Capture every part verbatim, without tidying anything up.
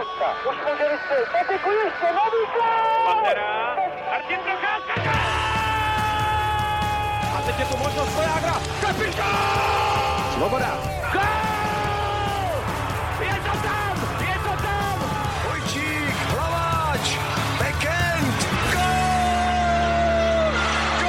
Procházka. Už může vystřelit. Patiku ještě, nový gól! Pantera, Martin Procházka! A teď je tu možnost Vojágra. Kapitán! Svoboda. Gól! Je to tam! Je to tam! Vojčík, Hlaváč, Bekend, gól!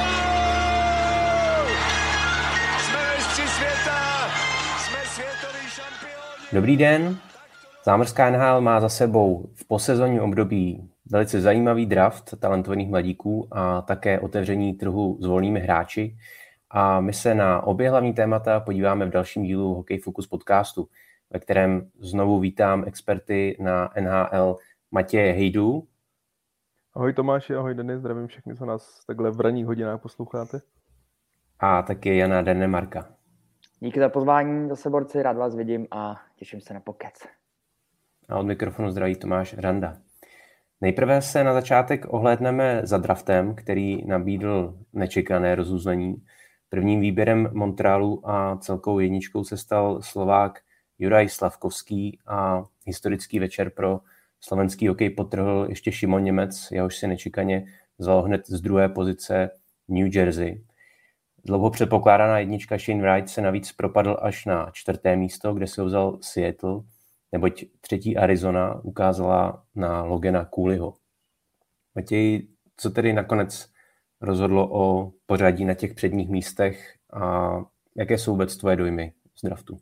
Gól! Jsme mistři světa! Jsme světoví šampioni! Dobrý den. Zámořská N H L má za sebou v posezonním období velice zajímavý draft talentovaných mladíků a také otevření trhu s volnými hráči. A my se na obě hlavní témata podíváme v dalším dílu Hokej Focus podcastu, ve kterém znovu vítám experty na N H L Matěje Hejdu. Ahoj Tomáši, ahoj Denis, zdravím všechny, co nás takhle v ranních hodinách posloucháte. A taky Jana Denemarka. Díky za pozvání, zase borci, rád vás vidím a těším se na pokec. A od mikrofonu zdraví Tomáš Randa. Nejprve se na začátek ohlédneme za draftem, který nabídl nečekané rozuzlení. Prvním výběrem Montrealu a celkou jedničkou se stal Slovák Juraj Slavkovský a historický večer pro slovenský hokej podtrhl ještě Šimon Němec, jehož si nečekaně vzal hned z druhé pozice New Jersey. Dlouho předpokládaná jednička Shane Wright se navíc propadl až na čtvrté místo, kde si ho vzal Seattle, neboť třetí Arizona ukázala na Logana Cooleyho. Matěj, co tedy nakonec rozhodlo o pořadí na těch předních místech a jaké jsou vůbec tvoje dojmy z draftu?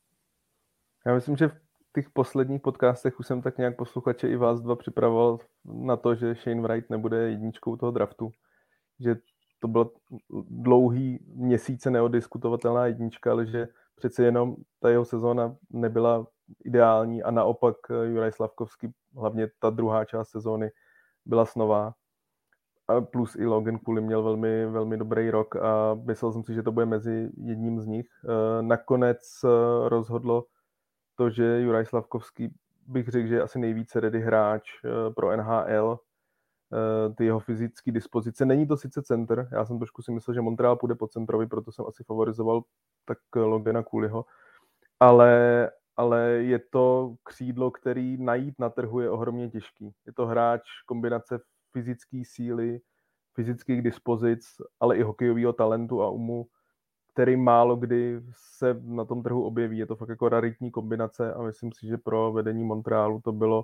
Já myslím, že v těch posledních podcastech už jsem tak nějak posluchače i vás dva připravoval na to, že Shane Wright nebude jedničkou toho draftu. Že to byla dlouhý měsíce neodiskutovatelná jednička, ale že přece jenom ta jeho sezóna nebyla ideální a naopak Juraj Slavkovský, hlavně ta druhá část sezóny, byla snová. A plus i Logan Cooley měl velmi, velmi dobrý rok a myslel jsem si, že to bude mezi jedním z nich. Nakonec rozhodlo to, že Juraj Slavkovský, bych řekl, že je asi nejvíce ready hráč pro N H L. Ty jeho fyzické dispozice. Není to sice center, já jsem trošku si myslel, že Montreal půjde po centrovi, proto jsem asi favorizoval tak Logana Cooleyho, ale, ale je to křídlo, který najít na trhu je ohromně těžký. Je to hráč kombinace fyzické síly, fyzických dispozic, ale i hokejového talentu a umu, který málo kdy se na tom trhu objeví. Je to fakt jako raritní kombinace a myslím si, že pro vedení Montrealu to bylo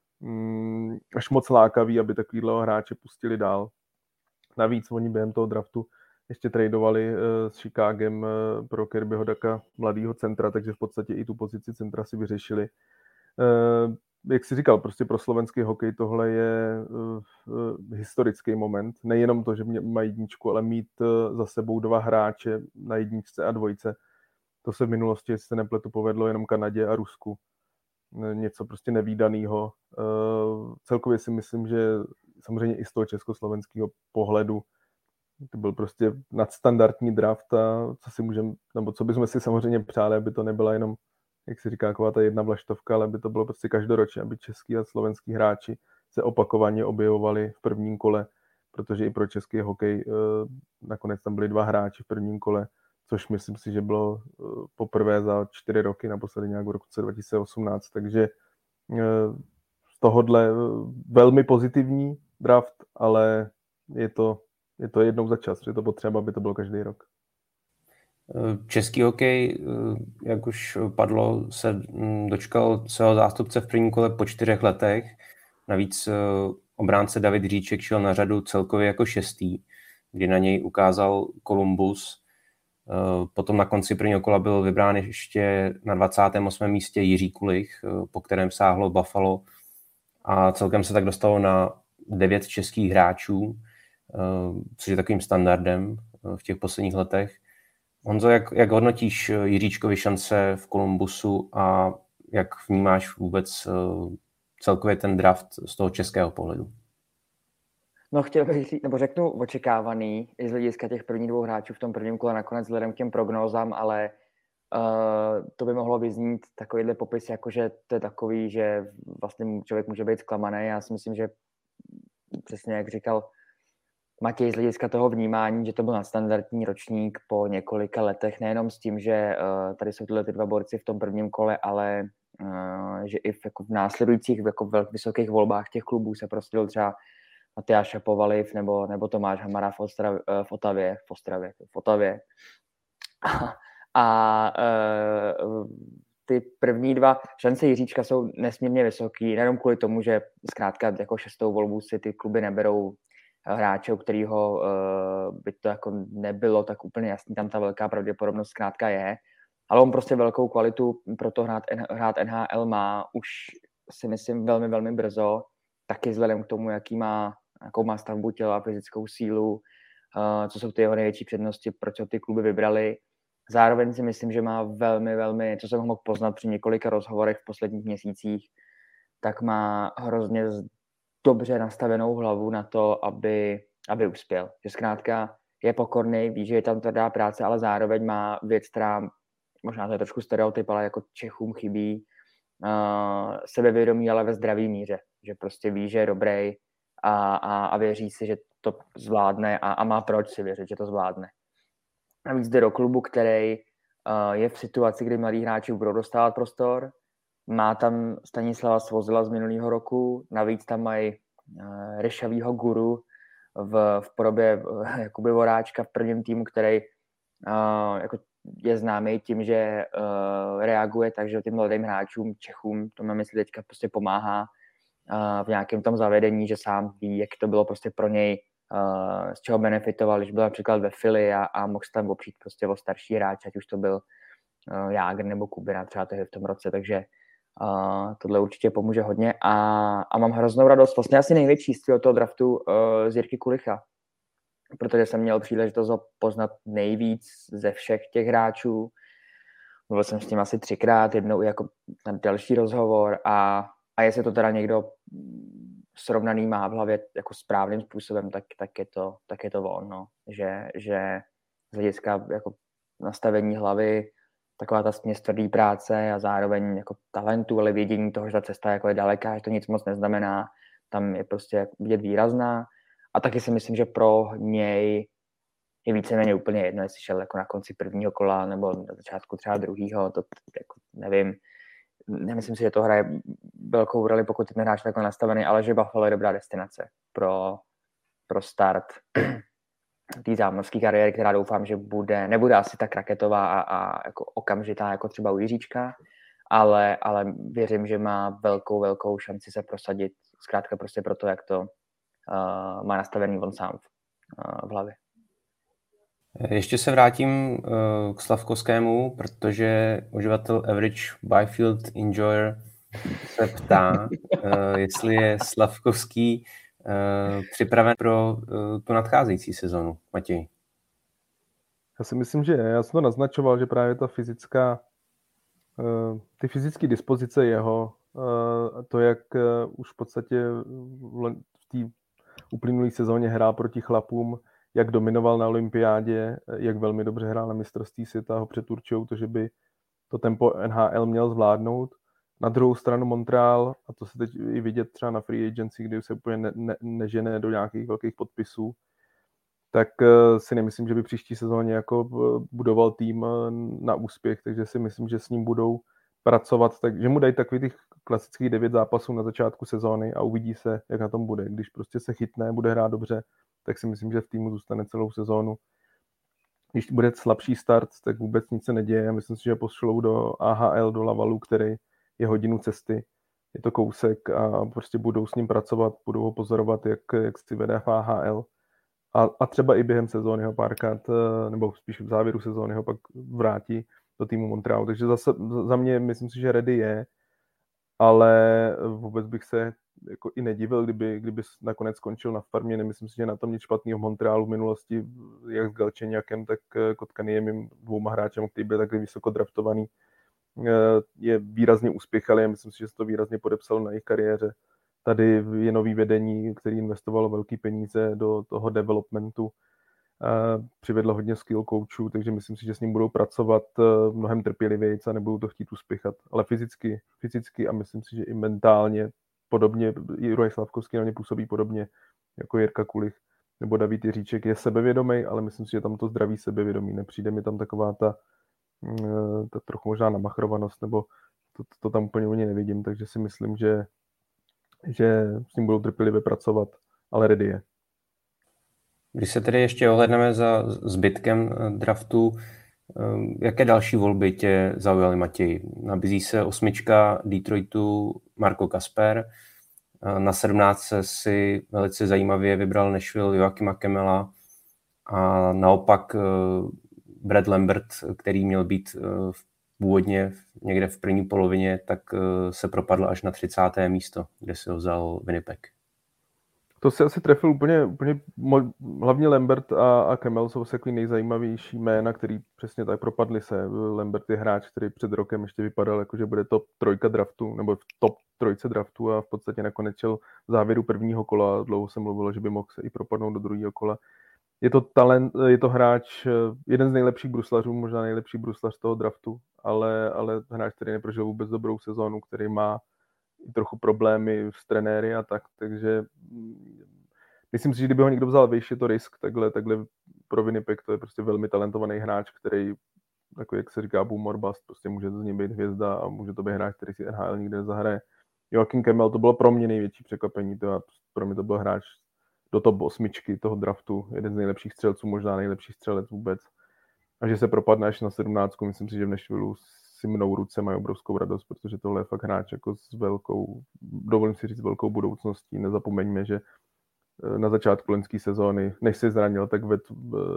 mm, až moc lákavý, aby takovýhle hráče pustili dál. Navíc oni během toho draftu ještě tradovali uh, s Chicagem uh, pro Kirbyho Ducka mladýho centra, takže v podstatě i tu pozici centra si vyřešili. Uh, jak jsi říkal, prostě pro slovenský hokej tohle je uh, uh, historický moment. Nejenom to, že mají jedničku, ale mít uh, za sebou dva hráče na jedničce a dvojce. To se v minulosti, jestli se nepletu, povedlo jenom Kanadě a Rusku. Něco prostě nevídaného. Uh, celkově si myslím, že samozřejmě i z toho československého pohledu to byl prostě nadstandardní draft a co si můžeme, nebo co bychom si samozřejmě přáli, aby to nebyla jenom, jak se říká, taková ta jedna vlaštovka, ale aby to bylo prostě každoročně, aby český a slovenský hráči se opakovaně objevovali v prvním kole, protože i pro český hokej uh, nakonec tam byli dva hráči v prvním kole, což myslím si, že bylo uh, poprvé za čtyři roky, naposledy nějak v roce dva tisíce osmnáct, takže uh, z tohohle uh, velmi pozitivní draft, ale je to, je to jednou za čas, že je to potřeba, aby to bylo každý rok. Český hokej, jak už padlo, se dočkal svého zástupce v prvním kole po čtyřech letech. Navíc obránce David Říček šel na řadu celkově jako šestý, kdy na něj ukázal Columbus. Potom na konci prvního kola byl vybrán ještě na dvacátém osmém místě Jiří Kulich, po kterém sáhlo Buffalo. A celkem se tak dostalo na devět českých hráčů, což je takovým standardem v těch posledních letech. Honzo, jak, jak hodnotíš Jiříčkovi šance v Columbusu a jak vnímáš vůbec celkově ten draft z toho českého pohledu? No chtěl bych říct, nebo řeknu očekávaný i z hlediska těch prvních dvou hráčů v tom prvním kole nakonec vzhledem k těm prognózám, ale uh, to by mohlo vyznít takovýhle popis, jakože to je takový, že vlastně člověk může být zklamaný. Já si myslím, že přesně jak říkal Matěj, z hlediska toho vnímání, že to byl nadstandardní ročník po několika letech, nejenom s tím, že uh, tady jsou tyhle ty dva borci v tom prvním kole, ale že i v, jako v následujících jako velk vysokých volbách těch klubů se prostě třeba Matyáš Šapovaliv nebo, nebo Tomáš Hamara v, Ostravě, v Otavě, v Ostravě, v Otavě. A, a uh, ty první dva šance Jiříčka jsou nesmírně vysoký, nejenom kvůli tomu, že zkrátka jako šestou volbu si ty kluby neberou hráče, u kterého uh, by to jako nebylo tak úplně jasný, tam ta velká pravděpodobnost zkrátka je, ale on prostě velkou kvalitu pro to hrát, hrát N H L má už si myslím velmi, velmi brzo, taky vzhledem k tomu, jaký má, jakou má stavbu těla, fyzickou sílu, uh, co jsou ty jeho největší přednosti, proč ho ty kluby vybrali. Zároveň si myslím, že má velmi, velmi, co jsem mohl poznat při několika rozhovorech v posledních měsících, tak má hrozně dobře nastavenou hlavu na to, aby, aby uspěl. Že zkrátka je pokorný, ví, že je tam tvrdá práce, ale zároveň má věc, která možná to je trošku stereotyp, ale jako Čechům chybí uh, sebevědomí, ale ve zdravý míře. Že prostě ví, že je dobrý a, a, a věří si, že to zvládne a, a má proč si věřit, že to zvládne. Navíc jde do klubu, který uh, je v situaci, kdy mladí hráči budou dostávat prostor. Má tam Stanislava Svozila z minulého roku, navíc tam mají uh, rešavýho guru v, v podobě uh, Jakuby Voráčka v prvním týmu, který uh, jako je známý tím, že uh, reaguje tak, že těm mladým hráčům, Čechům, to mám mysli teďka prostě pomáhá uh, v nějakém tom zavedení, že sám ví, jak to bylo prostě pro něj, uh, z čeho benefitoval, když byl například ve Philly a, a mohl se tam opřít prostě o starší hráč, ať už to byl uh, Jágr nebo Kubina třeba tehdy v tom roce, takže uh, tohle určitě pomůže hodně a, a mám hroznou radost, vlastně asi největší z toho draftu uh, z Jirky Kulicha, protože jsem měl příležitost ho poznat nejvíc ze všech těch hráčů. Mluvil jsem s ním asi třikrát, jednou jako na další rozhovor a, a jestli to teda někdo srovnaný má v hlavě jako správným způsobem, tak, tak, je, to, tak je to on, no. že, že z hlediska jako nastavení hlavy, taková ta směs tvrdý práce a zároveň jako talentu, ale vědění toho, že ta cesta jako je daleká, že to nic moc neznamená, tam je prostě vidět výrazná. A taky si myslím, že pro něj je víceméně úplně jedno, jestli šel jako na konci prvního kola nebo na začátku třeba druhého, to jako nevím. Nemyslím si, že to hraje velkou roli, pokud ten hráč takhle nastavený, ale že Buffalo je dobrá destinace pro, pro start té zámořské kariéry, která doufám, že bude, nebude asi tak raketová a, a jako okamžitá, jako třeba u Jiříčka, ale, ale věřím, že má velkou, velkou šanci se prosadit, zkrátka prostě proto, jak to Uh, má nastavený on sám uh, v hlavě. Ještě se vrátím uh, k Slavkovskému, protože uživatel Average Byfield Enjoyer se ptá, uh, jestli je Slavkovský uh, připraven pro uh, tu nadcházející sezonu. Matěj. Já si myslím, že já jsem to naznačoval, že právě ta fyzická, uh, ty fyzické dispozice jeho, uh, to, jak uh, už v podstatě v té uplynulý sezóně hrál proti chlapům, jak dominoval na olympiádě, jak velmi dobře hrál na mistrovství světa, ho přeturčují to, že by to tempo N H L měl zvládnout. Na druhou stranu Montreal, a to se teď i vidět třeba na free agency, kdy se úplně ne, ne, nežene do nějakých velkých podpisů, tak si nemyslím, že by příští sezóně jako budoval tým na úspěch, takže si myslím, že s ním budou pracovat, takže mu dají takový těch klasických devět zápasů na začátku sezóny a uvidí se, jak na tom bude. Když prostě se chytne, bude hrát dobře, tak si myslím, že v týmu zůstane celou sezónu. Když bude slabší start, tak vůbec nic se neděje. Myslím si, že pošlou do A H L, do Lavalu, který je hodinu cesty. Je to kousek a prostě budou s ním pracovat, budou ho pozorovat, jak, jak si vede v A H L. A, a třeba i během sezóny ho párkrát, nebo spíš v závěru sezóny ho pak vrátí do týmu Montrealu. Takže zase, za mě myslím si, že ready je, ale vůbec bych se jako i nedivil, kdyby, kdyby nakonec skončil na farmě. Nemyslím si, že na tom nic špatného v Montrealu v minulosti, jak s Galcheňákem, tak Kotkaniem, dvouma hráčem, který byl takhle vysoko draftovaný, je výrazně úspěch, ale já myslím si, že se to výrazně podepsalo na jejich kariéře. Tady je nový vedení, který investovalo velký peníze do toho developmentu, přivedlo hodně skill coachů, takže myslím si, že s ním budou pracovat mnohem trpělivěji a nebudou to chtít uspěchat, ale fyzicky, fyzicky a myslím si, že i mentálně podobně, Juraj Slavkovský na ně působí podobně jako Jirka Kulich nebo David Jiříček, je sebevědomý, ale myslím si, že tam to zdraví sebevědomí, nepřijde mi tam taková ta, ta trochu možná namachrovanost nebo to, to tam úplně úplně nevidím, takže si myslím, že, že s ním budou trpělivě pracovat, ale ready je. Když se tedy ještě ohledneme za zbytkem draftu, jaké další volby tě zaujaly, Matěj? Nabízí se osmička Detroitu Marco Kasper, na sedmnáct si velice zajímavě vybral Nashville Joakima Kemela a naopak Brad Lambert, který měl být původně někde v první polovině, tak se propadl až na třicáté místo, kde si ho vzal Winnipeg. To si asi trefil úplně, úplně hlavně Lambert a, a Kemel jsou takový nejzajímavější jména, který přesně tak propadli se. Lambert je hráč, který před rokem ještě vypadal jako, že bude top trojka draftu, nebo v top trojce draftu a v podstatě nakonec šel v závěru prvního kola. Dlouho se mluvilo, že by mohl se i propadnout do druhého kola. Je to talent, je to hráč, jeden z nejlepších bruslařů, možná nejlepší bruslař toho draftu, ale, ale hráč, který neprožil vůbec dobrou sezónu, který má trochu problémy s trenéry a tak, takže myslím si, že kdyby ho někdo vzal výš, je to risk, takhle, takhle pro Winnipeg to je prostě velmi talentovaný hráč, který, takový jak se říká boom or bust, prostě může to z něj být hvězda a může to být hráč, který si N H L nikdy nezahraje. Joakim Kemel, to bylo pro mě největší překvapení, to, pro mě to byl hráč do top osmičky toho draftu, jeden z nejlepších střelců, možná nejlepší střelec vůbec. A že se propadne až na sedmnáctku, myslím si, že v Nashville si mnou ruce, mají obrovskou radost, protože tohle je fakt hráč jako s velkou, dovolím si říct, velkou budoucností. Nezapomeňme, že na začátku loňské sezóny, než se zranil, tak ved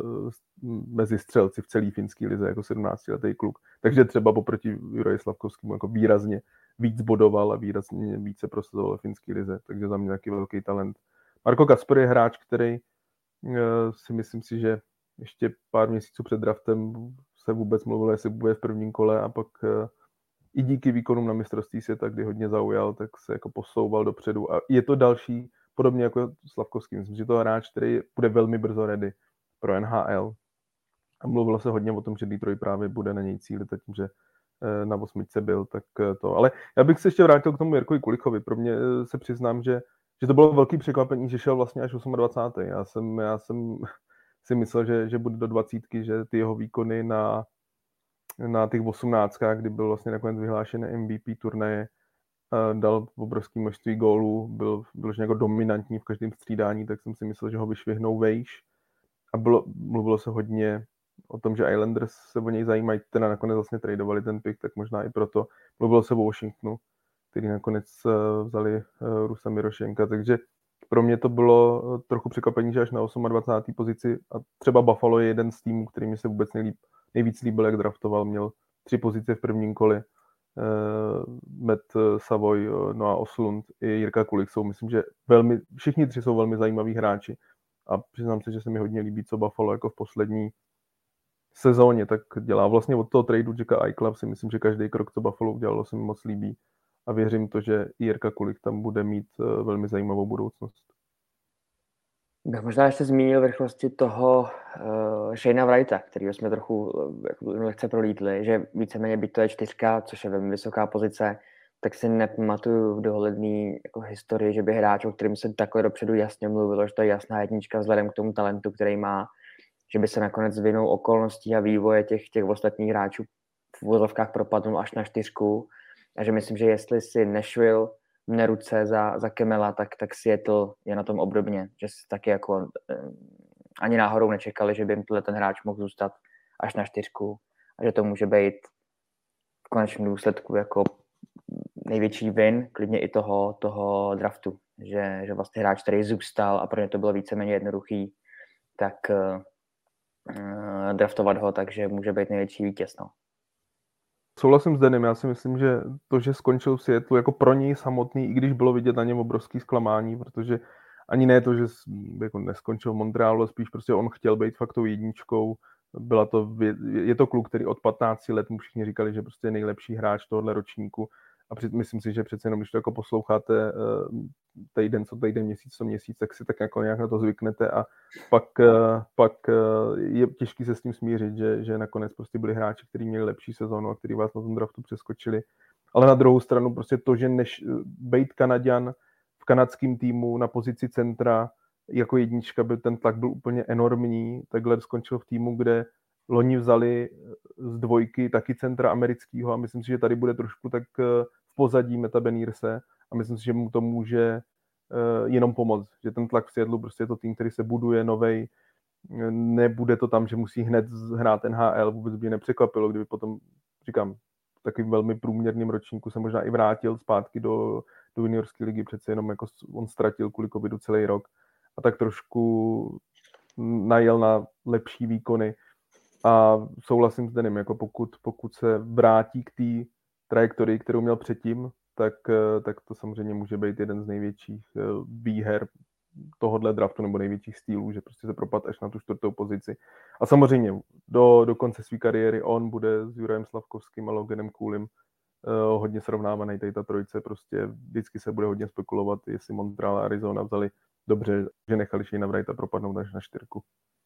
mezi střelci v celé finské lize jako sedmnáctiletý kluk. Takže třeba poproti Juraji Slavkovskému jako výrazně víc bodoval a výrazně více prosazoval v finské lize, takže za mě taky velký talent. Marco Kasper je hráč, který si myslím si, že ještě pár měsíců před draftem se vůbec mluvilo, jestli bude v prvním kole a pak i díky výkonům na mistrovství světa, kdy hodně zaujal, tak se jako posouval dopředu a je to další, podobně jako Slavkovský. Myslím, že to je hráč, který bude velmi brzo ready pro N H L a mluvilo se hodně o tom, že Detroit právě bude na něj cílit, tím, že na osmičce byl, tak to. Ale já bych se ještě vrátil k tomu Jirkovi Kulikovi. Pro mě se přiznám, že, že to bylo velký překvapení, že šel vlastně až dvacátého osmého Já jsem, já jsem si myslel, že, že bude do dvacítky, že ty jeho výkony na, na těch osmnáctkách, kdy byl vlastně nakonec vyhlášen M V P turnaje, dal obrovské množství gólů, byl, byl jako dominantní v každém střídání, tak jsem si myslel, že ho vyšvihnou vejš. A bylo, mluvilo se hodně o tom, že Islanders se o něj zajímají, teda nakonec vlastně tradovali ten pick, tak možná i proto. Mluvilo se o Washingtonu, který nakonec vzali Rusa Mirošenka, takže pro mě to bylo trochu překvapení, že až na dvacáté osmé pozici a třeba Buffalo je jeden z týmů, který mi se vůbec nejlíp, nejvíc líbil, jak draftoval. Měl tři pozice v prvním kole. Uh, Matt Savoy, Noah Oslund i Jirka Kulik jsou, myslím, že velmi, všichni tři jsou velmi zajímaví hráči a přiznám se, že se mi hodně líbí, co Buffalo jako v poslední sezóně tak dělá. Vlastně od toho tradu Jacka Eichla si myslím, že každý krok, co Buffalo udělalo, se mi moc líbí. A věřím to, že i Jirka Kulik tam bude mít velmi zajímavou budoucnost. Bych možná ještě zmínil v rychlosti toho uh, Shayna Wrighta, kterýho jsme trochu uh, lehce prolítli, že víceméně byť to je čtyřka, což je velmi vysoká pozice, tak si nepamatuju v dohledné jako historii, že by hráč, o kterým se takhle dopředu jasně mluvilo, že to je jasná jednička vzhledem k tomu talentu, který má, že by se nakonec vinou okolností a vývoje těch, těch ostatních hráčů v úzovkách propadnul až na čtyřku. A že myslím, že jestli si Nashville mne ruce za, za Kemela, tak, tak Seattle je na tom obdobně. Že si taky jako eh, ani náhodou nečekali, že by jim ten hráč mohl zůstat až na čtyřku. A že to může být v konečném důsledku jako největší win, klidně i toho, toho draftu. Že, že vlastně hráč, který zůstal a pro ně to bylo víceméně jednoduchý, tak eh, draftovat ho, takže může být největší vítěz. No. Souhlasím s Denem, já si myslím, že to, že skončil v Seattle, jako pro něj samotný, i když bylo vidět na něm obrovský zklamání, protože ani ne to, že jako neskončil v Montrealu, spíš prostě on chtěl být fakt tou jedničkou. Byla to, je to kluk, který od patnácti let mu všichni říkali, že prostě je nejlepší hráč tohohle ročníku. A při, myslím si, že přece jenom, když to jako posloucháte týden co týden, měsíc co měsíc, tak si tak jako nějak na to zvyknete a pak, pak je těžký se s tím smířit, že, že nakonec prostě byli hráči, kteří měli lepší sezónu a kteří vás na tom draftu přeskočili. Ale na druhou stranu prostě to, že než bejt Kanaďan v kanadském týmu na pozici centra jako jednička, byl ten tlak byl úplně enormní, takhle skončil v týmu, kde loni vzali z dvojky taky centra amerického a myslím si, že tady bude trošku tak v pozadí Meta Benírse a myslím si, že mu to může jenom pomoct, že ten tlak v Seattlu prostě je to tým, který se buduje novej, nebude to tam, že musí hned hrát N H L, vůbec by nepřekvapilo, kdyby potom, říkám, takovým velmi průměrným ročníku se možná i vrátil zpátky do, do juniorské ligy, přece jenom jako on ztratil kvůli covidu celý rok a tak trošku najel na lepší výkony a souhlasím s Danem, jako pokud, pokud se vrátí k té trajektorii, kterou měl předtím, tak, tak to samozřejmě může být jeden z největších výher tohohle draftu nebo největších stylů, že prostě se propad až na tu čtvrtou pozici. A samozřejmě do, do konce své kariéry on bude s Jurajem Slavkovským a Loganem Coolim uh, hodně srovnávaný, tady ta trojice prostě vždycky se bude hodně spekulovat, jestli Montreal a Arizona vzali dobře, že nechali Shayna Wrighta propadnout až na čtyřku.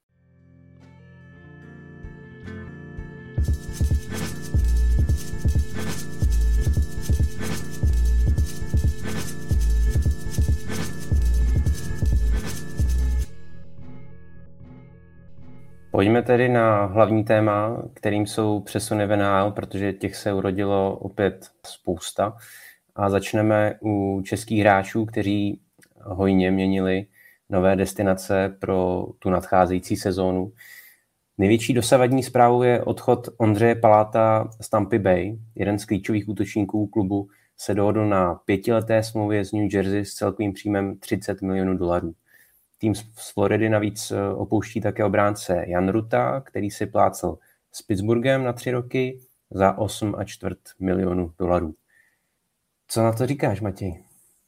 Pojďme tedy na hlavní téma, kterým jsou přesuny v N H L, protože těch se urodilo opět spousta. A začneme u českých hráčů, kteří hojně měnili nové destinace pro tu nadcházející sezónu. Největší dosavadní zprávou je odchod Ondřeje Paláta z Tampa Bay. Jeden z klíčových útočníků klubu se dohodl na pětileté smlouvě z New Jersey s celkovým příjmem třicet milionů dolarů. Tým z Floridy navíc opouští také obránce Jan Ruta, který si plácel s Pittsburghem na tři roky za osm a čtvrt milionů dolarů. Co na to říkáš, Matěj?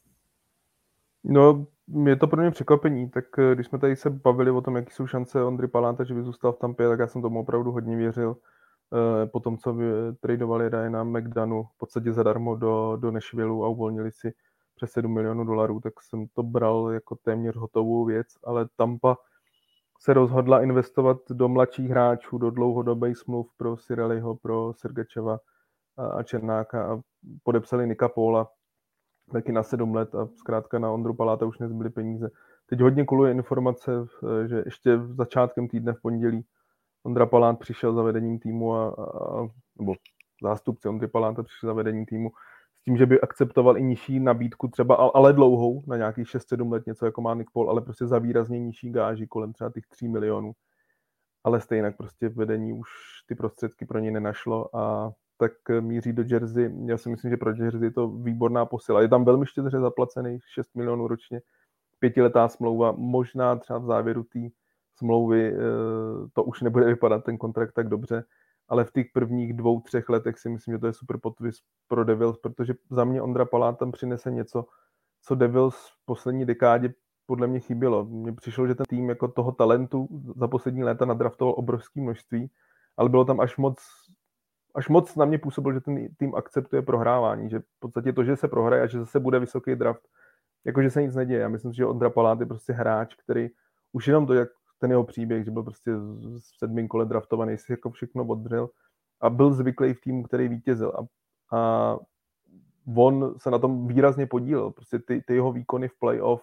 No, je to pro mě překvapení, tak když jsme tady se bavili o tom, jaký jsou šance Ondry Paláta, že by zůstal v Tampě, tak já jsem tomu opravdu hodně věřil. Po tom, co tradovali Ryana McDonu v podstatě zadarmo do, do Nashvilleu a uvolnili si přes sedm milionů dolarů, tak jsem to bral jako téměř hotovou věc, ale Tampa se rozhodla investovat do mladších hráčů, do dlouhodobých smluv pro Cirelliho, pro Sergačeva a Černáka a podepsali Nika Paula taky na sedm let a zkrátka na Ondru Paláta už nezbyly peníze. Teď hodně kuluje informace, že ještě v začátkem týdne v pondělí Ondra Palát přišel za vedením týmu a, a nebo zástupce Ondry Paláta přišel za vedením týmu s tím, že by akceptoval i nižší nabídku, třeba ale dlouhou, na nějakých šest sedm let, něco jako má Nick Paul, ale prostě za výrazně nižší gáži, kolem třeba těch tří milionů. Ale stejně prostě vedení už ty prostředky pro ně nenašlo a tak míří do Jersey. Já si myslím, že pro Jersey je to výborná posila. Je tam velmi štědře zaplacený, šest milionů ročně, pětiletá smlouva, možná třeba v závěru té smlouvy to už nebude vypadat ten kontrakt tak dobře, ale v těch prvních dvou, třech letech si myslím, že to je super podvis pro Devils, protože za mě Ondra Palát tam přinese něco, co Devils v poslední dekádě podle mě chybělo. Mně přišlo, že ten tým jako toho talentu za poslední léta nadraftoval obrovské množství, ale bylo tam až moc až moc na mě působilo, že ten tým akceptuje prohrávání, že v podstatě to, že se prohraje a že zase bude vysoký draft, jakože se nic neděje. Já myslím, že Ondra Palát je prostě hráč, který už jenom to, jak ten jeho příběh, že byl prostě v sedmém kole draftovaný, si jako všechno odbřel a byl zvyklý v týmu, který vítězil. A, a on se na tom výrazně podílel. Prostě ty, ty jeho výkony v playoff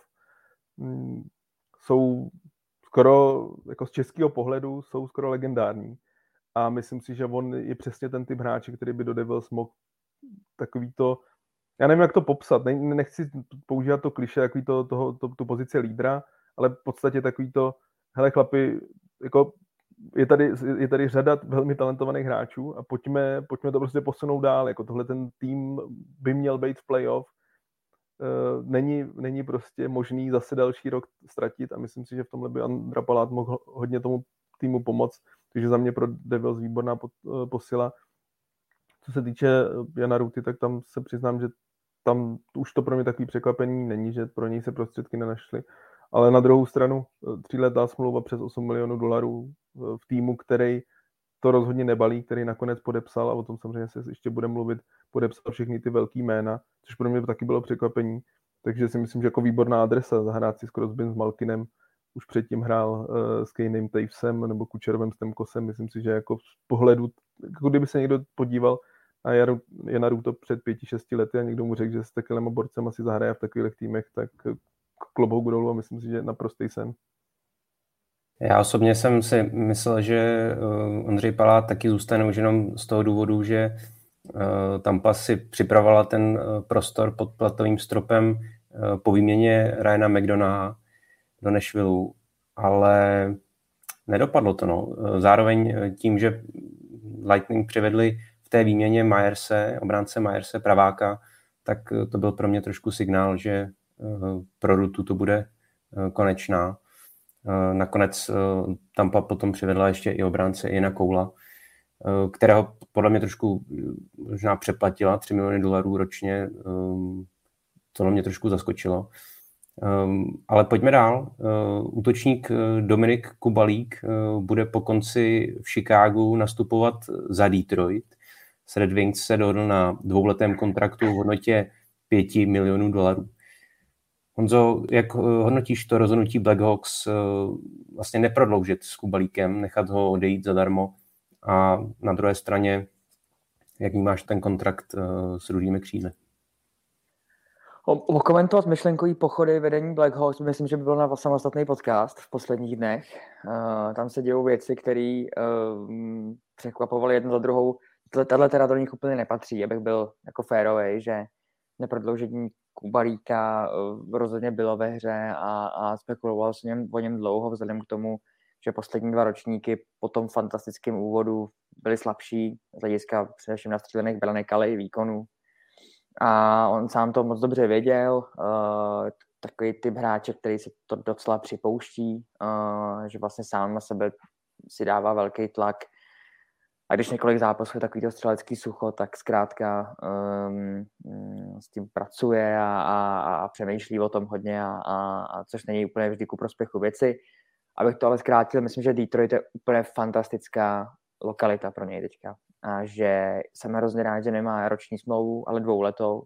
m, jsou skoro, jako z českého pohledu, jsou skoro legendární. A myslím si, že on je přesně ten typ hráče, který by do Devils mohl takový to, já nevím, jak to popsat, ne, nechci používat to klišé, takový to, toho, to, tu pozici lídra, ale v podstatě takový to, hele chlapi, jako je tady, je tady řada velmi talentovaných hráčů a pojďme, pojďme to prostě posunout dál, jako tohle ten tým by měl být v playoff, uh, není, není prostě možný zase další rok ztratit a myslím si, že v tomhle by Ondra Palát mohl hodně tomu týmu pomoct, takže za mě pro Devils výborná posila. Co se týče Jana Ruty, tak tam se přiznám, že tam už to pro mě takový překvapení není, že pro něj se prostředky nenašly. Ale na druhou stranu tříletá smlouva přes osm milionů dolarů v týmu, který to rozhodně nebalí, který nakonec podepsal, a o tom samozřejmě se ještě bude mluvit, podepsal všechny ty velký jména, což pro mě taky bylo překvapení. Takže si myslím, že jako výborná adresa zahrát si s Crosbym, s Malkinem, už předtím hrál uh, s Kaneem Tavesem nebo Kučerovem s Temkosem. Myslím si, že jako z pohledu, jako kdyby se někdo podíval a je na Ruto před pěti, šesti lety a někdo mu řekl, že s takovýma borcem asi zahraje v takových týmech, tak klobouk dolů a myslím si, že naprostý sen. Já osobně jsem si myslel, že Ondřej Palát taky zůstane už jenom z toho důvodu, že Tampa si připravovala ten prostor pod platovým stropem po výměně Ryana McDonaugha do Nashvilleu, ale nedopadlo to. No. Zároveň tím, že Lightning přivedli v té výměně Myerse, obránce Myerse, praváka, tak to byl pro mě trošku signál, že pro Rutu to bude konečná. Nakonec Tampa potom přivedla ještě i obránce Iana Coula, kterého podle mě trošku možná přeplatila, tři miliony dolarů ročně. To mě trošku zaskočilo. Ale pojďme dál. Útočník Dominik Kubalík bude po konci v Chicagu nastupovat za Detroit. S Red Wings se dohodl na dvouletém kontraktu v hodnotě pěti milionů dolarů. Honzo, jak hodnotíš to rozhodnutí Blackhawks vlastně neprodloužit s Kubalíkem, nechat ho odejít zadarmo, a na druhé straně, jak máš ten kontrakt s Rudými křídly? Okomentovat myšlenkový pochody vedení Blackhawks, myslím, že by byl na samostatný podcast v posledních dnech. Uh, tam se dějou věci, které uh, překvapovaly jednu za druhou. Tahle teda do nich úplně nepatří, abych byl jako férovej, že neprodloužení Kubalíka uh, rozhodně bylo ve hře a, a spekuloval s něm, o něm dlouho, vzhledem k tomu, že poslední dva ročníky po tom fantastickém úvodu byly slabší z hlediska především nastřílených branek, ale i výkonů. A on sám to moc dobře věděl, uh, takový typ hráče, který se to docela připouští, uh, že vlastně sám na sebe si dává velký tlak. A když několik zápasů je takovýto střelecký sucho, tak zkrátka um, s tím pracuje a, a, a přemýšlí o tom hodně, a, a, a což není úplně vždy ku prospěchu věci. Abych to ale zkrátil, myslím, že Detroit je úplně fantastická lokalita pro něj teďka. A že jsem hrozně rád, že nemá roční smlouvu, ale dvouletou,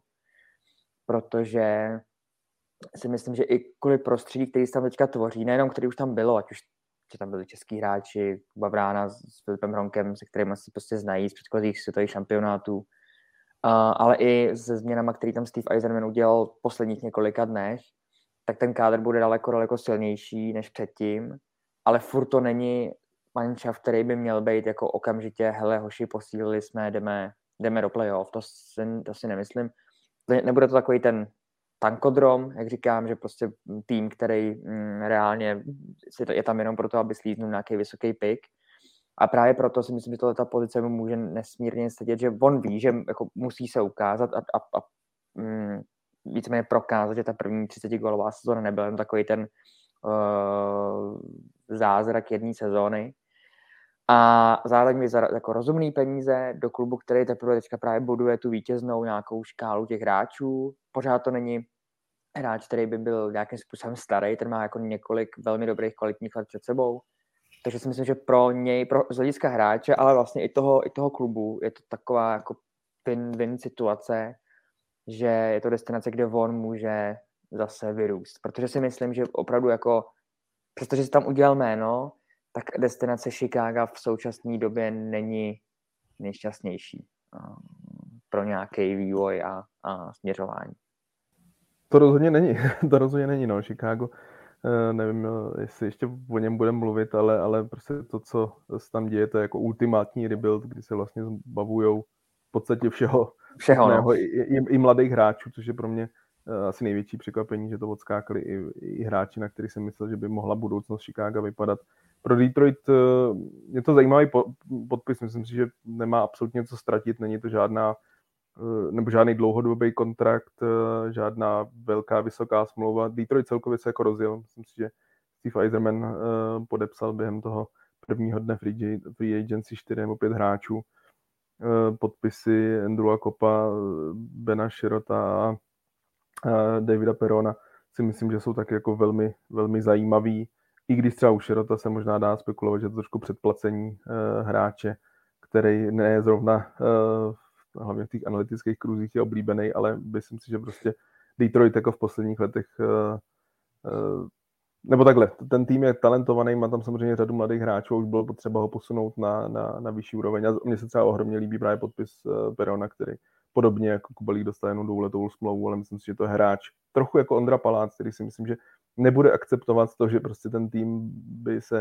protože si myslím, že i kvůli prostředí, který se tam teďka tvoří, nejenom který už tam bylo, ať už že tam byli český hráči, Kuba Vrána s Filipem Hronkem, se kterými si prostě znají z předchozích světových šampionátů, uh, ale i se změnama, který tam Steve Yzerman udělal v posledních několika dnech, tak ten kádr bude daleko, daleko silnější než předtím, ale furt to není manšaft, který by měl být jako okamžitě, hele hoši, posílili jsme, jdeme, jdeme do playoff, to si, to si nemyslím. Nebude to takový ten tankodrom, jak říkám, že prostě tým, který mm, reálně je tam jenom proto, aby slíznul nějaký vysoký pick. A právě proto si myslím, že tohle ta pozice mu může nesmírně sedět, že on ví, že jako musí se ukázat a, a, a mm, víceméně prokázat, že ta první třicetigolová sezóna nebyla jen takový ten uh, zázrak jedné sezóny. A zároveň mi za jako rozumný peníze do klubu, který teprve teďka právě buduje tu vítěznou nějakou škálu těch hráčů. Pořád to není hráč, který by byl nějakým způsobem starý, ten má jako několik velmi dobrých kvalitních let před sebou. Takže si myslím, že pro něj, pro, z hlediska hráče, ale vlastně i toho, i toho klubu je to taková jako win-win situace, že je to destinace, kde on může zase vyrůst. Protože si myslím, že opravdu jako, přestože si tam udělal jméno, tak destinace Chicaga v současné době není nejšťastnější pro nějaký vývoj a, a směřování. To rozhodně není, to rozhodně není, no, Chicago. E, nevím, jestli ještě o něm budeme mluvit, ale, ale prostě to, co se tam děje, to je jako ultimátní rebuild, kdy se vlastně zbavujou v podstatě všeho, všeho no. i, i, i mladých hráčů, což je pro mě asi největší překvapení, že to odskákali i, i hráči, na kterých jsem myslel, že by mohla budoucnost Chicaga vypadat. Pro Detroit je to zajímavý podpis, myslím si, že nemá absolutně co ztratit, není to žádná, nebo žádný dlouhodobý kontrakt, žádná velká, vysoká smlouva. Detroit celkově se jako rozjel, myslím si, že Steve Yzerman podepsal během toho prvního dne free agency čtyři nebo pět hráčů, podpisy Andrewa Koppa, Bena Sherrota a Davida Perona si myslím, že jsou tak jako velmi, velmi zajímavý. I když třeba u Sherrota se možná dá spekulovat, že to trošku předplacení uh, hráče, který ne je zrovna uh, hlavně v těch analytických kruzích je oblíbený, ale myslím si, že prostě Detroit jako v posledních letech uh, uh, nebo takhle, ten tým je talentovaný, má tam samozřejmě řadu mladých hráčů, už bylo potřeba ho posunout na, na, na vyšší úroveň. A mně se třeba ohromně líbí právě podpis uh, Perona, který podobně jako Kubalík dostal jenom dvouletou smlouvu, ale myslím si, že to je hráč trochu jako Ondra Palác, který si myslím, že nebude akceptovat to, že prostě ten tým by se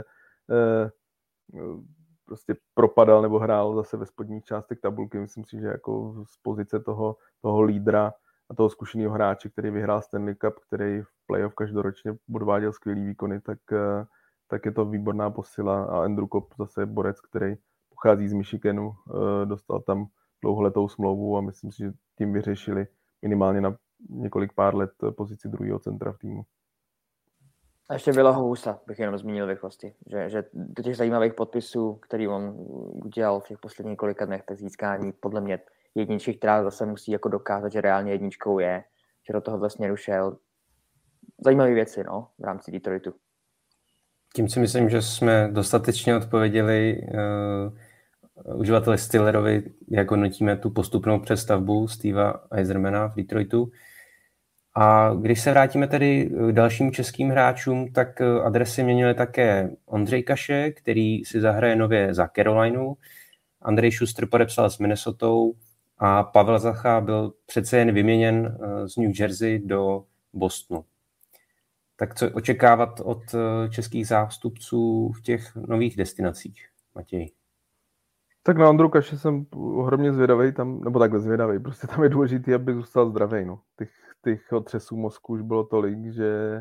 eh, prostě propadal nebo hrál zase ve spodních částech tabulky. Myslím si, že jako z pozice toho, toho lídra a toho zkušeného hráče, který vyhrál Stanley Cup, který v playoff každoročně odváděl skvělý výkony, tak, tak je to výborná posila. A Andrew Copp zase borec, který pochází z Michiganu, dostal tam dlouholetou smlouvu a myslím si, že tím vyřešili minimálně na několik pár let pozici druhého centra v týmu. A ještě Vila Housa bych jenom zmínil v rychlosti, že, že do těch zajímavých podpisů, který on udělal v těch posledních několika dnech, tak získání podle mě jedničky, která zase musí jako dokázat, že reálně jedničkou je, že do tohohle směru šel. Zajímavé věci, no, v rámci Detroitu. Tím si myslím, že jsme dostatečně odpověděli uh, uživateli Stillerovi, jak hodnotíme tu postupnou přestavbu Steva Yzermana v Detroitu. A když se vrátíme tedy k dalším českým hráčům, tak adresy měnily také Ondřej Kaše, který si zahraje nově za Carolinu. Andrej Schuster podepsal s Minnesotou a Pavel Zacha byl přece jen vyměněn z New Jersey do Bostonu. Tak co očekávat od českých zástupců v těch nových destinacích, Matěj? Tak na Ondru Kaše jsem ohromně zvědavej, tam, nebo takhle zvědavej, prostě tam je důležitý, aby zůstal zdravej, no. Těch, těch otřesů mozku už bylo tolik, že,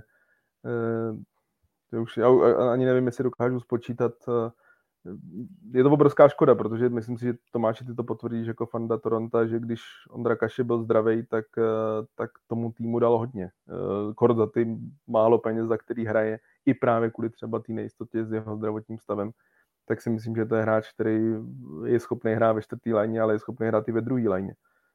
že už, já ani nevím, jestli dokážu spočítat. Je to obrovská škoda, protože myslím si, že Tomáši, ty to potvrdíš jako fanda Toronto, že když Ondra Kaše byl zdravej, tak, tak tomu týmu dal hodně. Kort za ty málo peněz, za který hraje, i právě kvůli třeba té nejistotě s jeho zdravotním stavem, tak si myslím, že to je hráč, který je schopný hrát ve čtvrtý lajně, ale je schopný hrát i ve druhé lajně.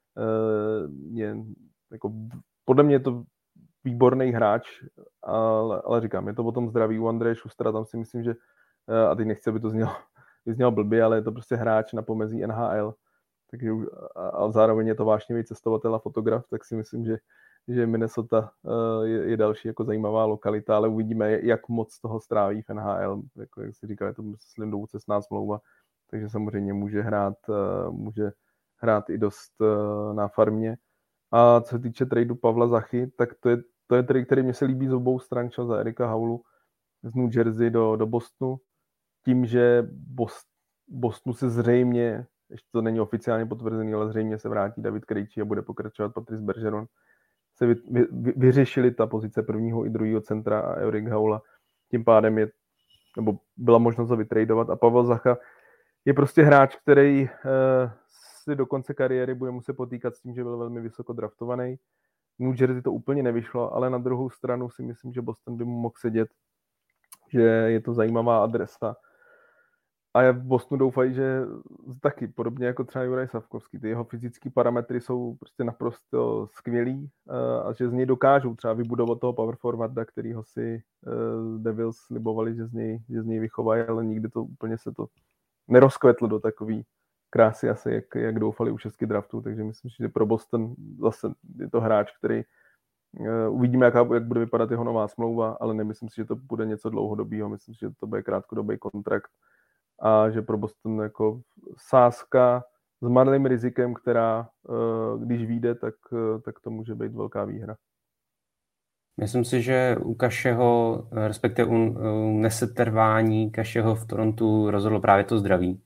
Je, jako, podle mě je to výborný hráč, ale, ale říkám, je to potom zdraví u Andreje Schustera, tam si myslím, že a teď nechci, aby to znělo, znělo blbě, ale je to prostě hráč na pomezí N H L, takže a zároveň je to vášnivý cestovatel a fotograf, tak si myslím, že, že Minnesota je, je další jako zajímavá lokalita, ale uvidíme, jak moc toho stráví v N H L, jako jak si říkal, je to myslím dvoucestná smlouva, takže samozřejmě může hrát, může hrát i dost na farmě. A co se týče tradu Pavla Zachy, tak to je, to je trade, který mě se líbí z obou stran, za Erika Haulu z New Jersey do, do Bostonu. Tím, že Bostonu se zřejmě, ještě to není oficiálně potvrzený, ale zřejmě se vrátí David Krejčí a bude pokračovat Patrice Bergeron, se vy, vy, vyřešili ta pozice prvního i druhého centra a Erik Haula. Tím pádem je, nebo byla možnost ho vytradovat a Pavel Zacha je prostě hráč, který eh, si do konce kariéry bude muset potýkat s tím, že byl velmi vysoko draftovaný. New Jersey to úplně nevyšlo, ale na druhou stranu si myslím, že Boston by mu mohl sedět, že je to zajímavá adresa. A já v Bostonu doufají, že taky, podobně jako třeba Juraj Savkovský, ty jeho fyzické parametry jsou prostě naprosto skvělý a že z něj dokážou třeba vybudovat toho power forwarda, kterýho si Devils slibovali, že z něj, že z něj vychovají, ale nikdy to úplně se to nerozkvetlo do takový krásy asi, jak, jak doufali u šestky draftů, takže myslím, že pro Boston zase je to hráč, který uh, uvidíme, jaká, jak bude vypadat jeho nová smlouva, ale nemyslím si, že to bude něco dlouhodobého, myslím si, že to bude krátkodobý kontrakt a že pro Boston jako sázka s malým rizikem, která uh, když vyjde, tak, uh, tak to může být velká výhra. Myslím si, že u Kašeho, respektive u, u nesetrvání Kašeho v Torontu rozhodlo právě to zdraví.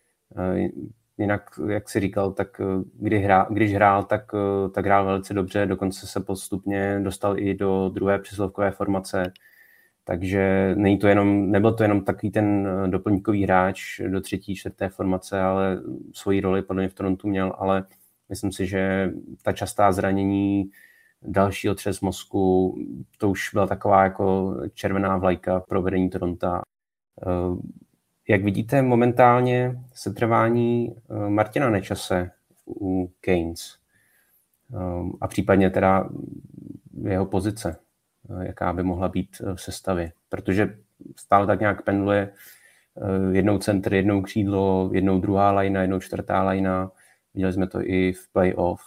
Jinak, jak jsi říkal, tak kdy hrál, když hrál, tak, tak hrál velice dobře, dokonce se postupně dostal i do druhé přesilovkové formace, takže není to jenom, nebyl to jenom takový ten doplňkový hráč do třetí, čtvrté formace, ale svoji roli podle mě v Torontu měl, ale myslím si, že ta častá zranění, další otřes mozku, to už byla taková jako červená vlajka pro vedení Toronta. Jak vidíte momentálně setrvání Martina Nečase u Canes a případně teda jeho pozice, jaká by mohla být v sestavě, protože stále tak nějak pendluje jednou centr, jednou křídlo, jednou druhá lajna, jednou čtvrtá lajna, viděli jsme to i v playoff.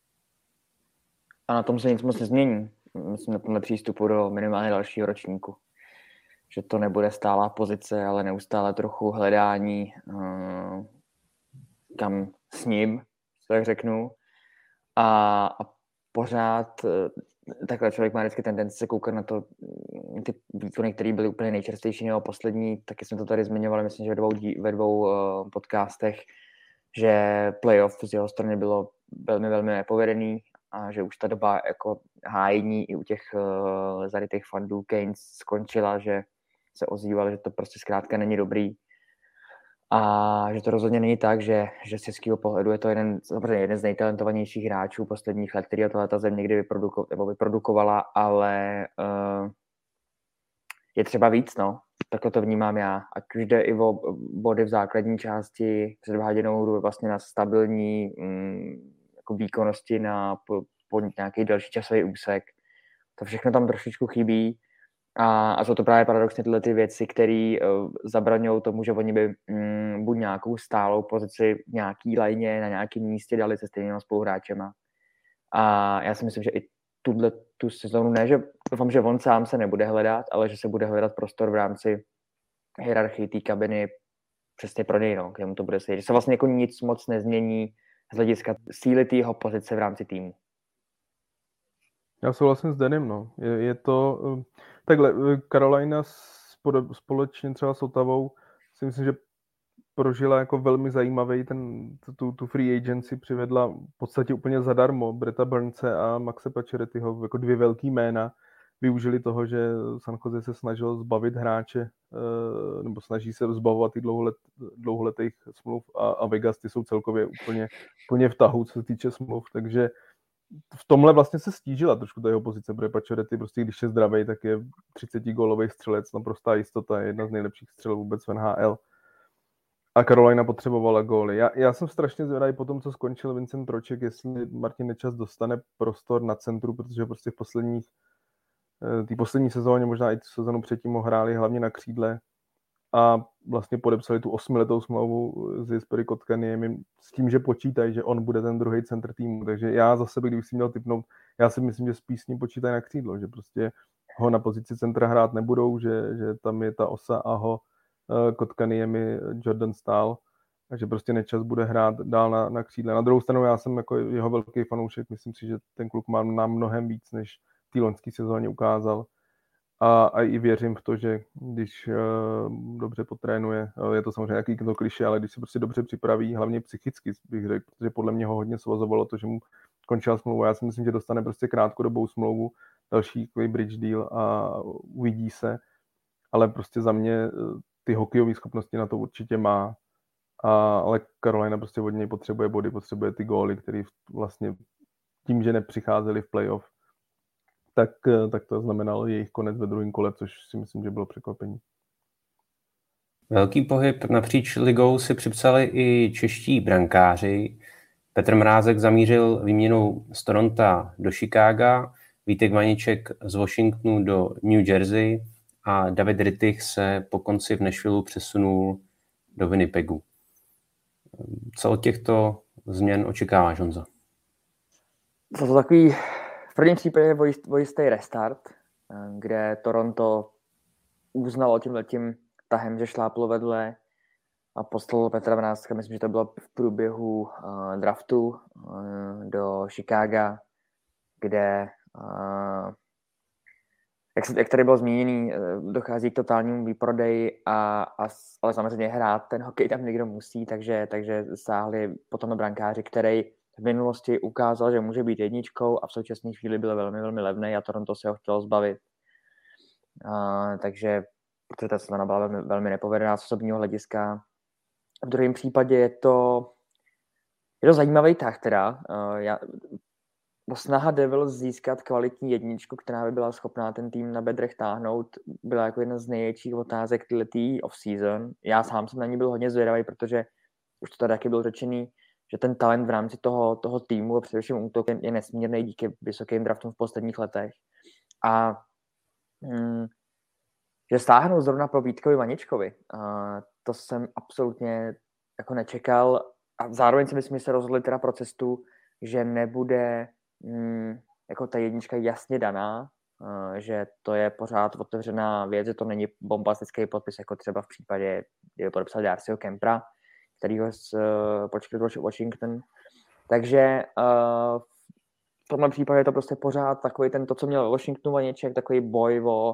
A na tom se nic moc nezmění, myslím na tomhle přístupu do minimálně dalšího ročníku. Že to nebude stálá pozice, ale neustále trochu hledání, uh, kam s ním, tak řeknu. A, a pořád uh, takhle člověk má vždycky tendenci se koukat na to, ty výkony, které byly úplně nejčerstvější nebo poslední, taky jsme to tady zmiňovali, myslím, že ve dvou, ve dvou uh, podcastech, že playoff z jeho strany bylo velmi, velmi nepovedený a že už ta doba jako hájení i u těch uh, zarytých fandů Keynes skončila, že se ozývalo, že to prostě zkrátka není dobrý a že to rozhodně není tak, že, že z českého pohledu je to jeden, jeden z nejtalentovanějších hráčů posledních let, který tohle ta země někdy vyproduko, nebo vyprodukovala, ale uh, je třeba víc, no. Takhle to vnímám já. Ať už jde i o body v základní části, předváděnou hru vlastně na stabilní um, jako výkonnosti na po, po nějaký další časový úsek. To všechno tam trošičku chybí. A, a jsou to právě paradoxně tyhle ty věci, které uh, zabraňují tomu, že oni by um, buď nějakou stálou pozici v nějaký lajně, na nějakém místě dali se stejnými spoluhráčema. A já si myslím, že i tuhle tu sezónu, ne, že doufám, že on sám se nebude hledat, ale že se bude hledat prostor v rámci hierarchii té kabiny přesně pro něj, no, kde mu to bude sedět. Že se vlastně jako nic moc nezmění z hlediska síly té jeho pozice v rámci týmu. Já souhlasím s Danem, no. Je, je to... Takhle, Carolina společně třeba s Ottawou si myslím, že prožila jako velmi zajímavý ten, tu, tu free agency, přivedla v podstatě úplně zadarmo Bretta Burnse a Maxe Paciorettyho, jako dvě velký jména. Využili toho, že San Jose se snažil zbavit hráče, nebo snaží se zbavovat ty dlouholet, dlouholetých smluv a, a Vegas, ty jsou celkově úplně, úplně v tahu, co se týče smluv, takže v tomhle vlastně se stížila trošku ta jeho pozice, protože Pacioretty prostě, když je zdravý, tak je třicetigólový střelec, naprostá jistota, je jedna z nejlepších střelů vůbec v N H L. A Carolina potřebovala góly. Já, já jsem strašně zvědavý po tom, co skončil Vincent Trocheck, jestli Martin Nečas dostane prostor na centru, protože prostě v posledních té poslední sezóně, možná i tu sezónu předtím ho hráli hlavně na křídle a vlastně podepsali tu osmiletou smlouvu s Jesperi Kotkaniem s tím, že počítají, že on bude ten druhý centr týmu. Takže já za sebe, kdybych si měl tipnout, já si myslím, že spíš s ním počítají na křídlo, že prostě ho na pozici centra hrát nebudou, že, že tam je ta osa a ho Kotkaniemi Jordan Staal, takže prostě Nečas bude hrát dál na, na křídle. Na druhou stranu já jsem jako jeho velký fanoušek, myslím si, že ten kluk má na mnohem víc, než v té loňské sezóně ukázal. A, a i věřím v to, že když uh, dobře potrénuje, je to samozřejmě jaký to klišé, ale když se prostě dobře připraví, hlavně psychicky bych řekl, protože podle mě ho hodně svazovalo to, že mu končila smlouva. Já si myslím, že dostane prostě krátkodobou smlouvu, další bridge deal a uvidí se, ale prostě za mě ty hokejové schopnosti na to určitě má, a, ale Carolina prostě od něj potřebuje body, potřebuje ty góly, které vlastně tím, že nepřicházeli v playoff, tak, tak to znamenalo jejich konec ve druhém kole, což si myslím, že bylo překvapení. Velký pohyb napříč ligou si připsali i čeští brankáři. Petr Mrázek zamířil výměnou z Toronto do Chicaga, Vítek Vaniček z Washingtonu do New Jersey a David Rittich se po konci v Nashvilleu přesunul do Winnipegu. Co od těchto změn očekáváš, Honzo? To je takový v prvním případě vojistý restart, kde Toronto uznalo tímhletím tahem, že šláplo vedle a poslal Petra Mrázka, myslím, že to bylo v průběhu uh, draftu uh, do Chicaga, kde uh, Jak, se, jak tady bylo zmíněný, dochází k totálnímu výprodeji, a, a, ale samozřejmě hrát ten hokej tam někdo musí, takže, takže sáhli potom na brankáři, který v minulosti ukázal, že může být jedničkou a v současné chvíli byl velmi, velmi levný a Toronto se ho chtělo zbavit. A, takže protože ta sezóna byla velmi, velmi nepovedená z osobního hlediska. V druhém případě je to, je to zajímavý tah teda. A, já, snaha Devils získat kvalitní jedničku, která by byla schopná ten tým na bedrech táhnout, byla jako jedna z největších otázek tyhletý off-season. Já sám jsem na ní byl hodně zvědavý, protože už to tady taky bylo řečený, že ten talent v rámci toho, toho týmu a především útokem je nesmírný díky vysokým draftům v posledních letech. A hm, že stáhnou zrovna pro Vítkovi Vaničkovi, a to jsem absolutně jako nečekal a zároveň si myslím, že se rozhodli teda pro cestu, že nebude Hmm, jako ta jednička jasně daná, uh, že to je pořád otevřená věc, že to není bombastický podpis, jako třeba v případě, kdy podepsal Darcyho Kempra, kterýho z uh, počkal Washington. Takže uh, v tomhle případě je to prostě pořád takový ten, to, co měl Washingtonu Vaněček, takový boj o,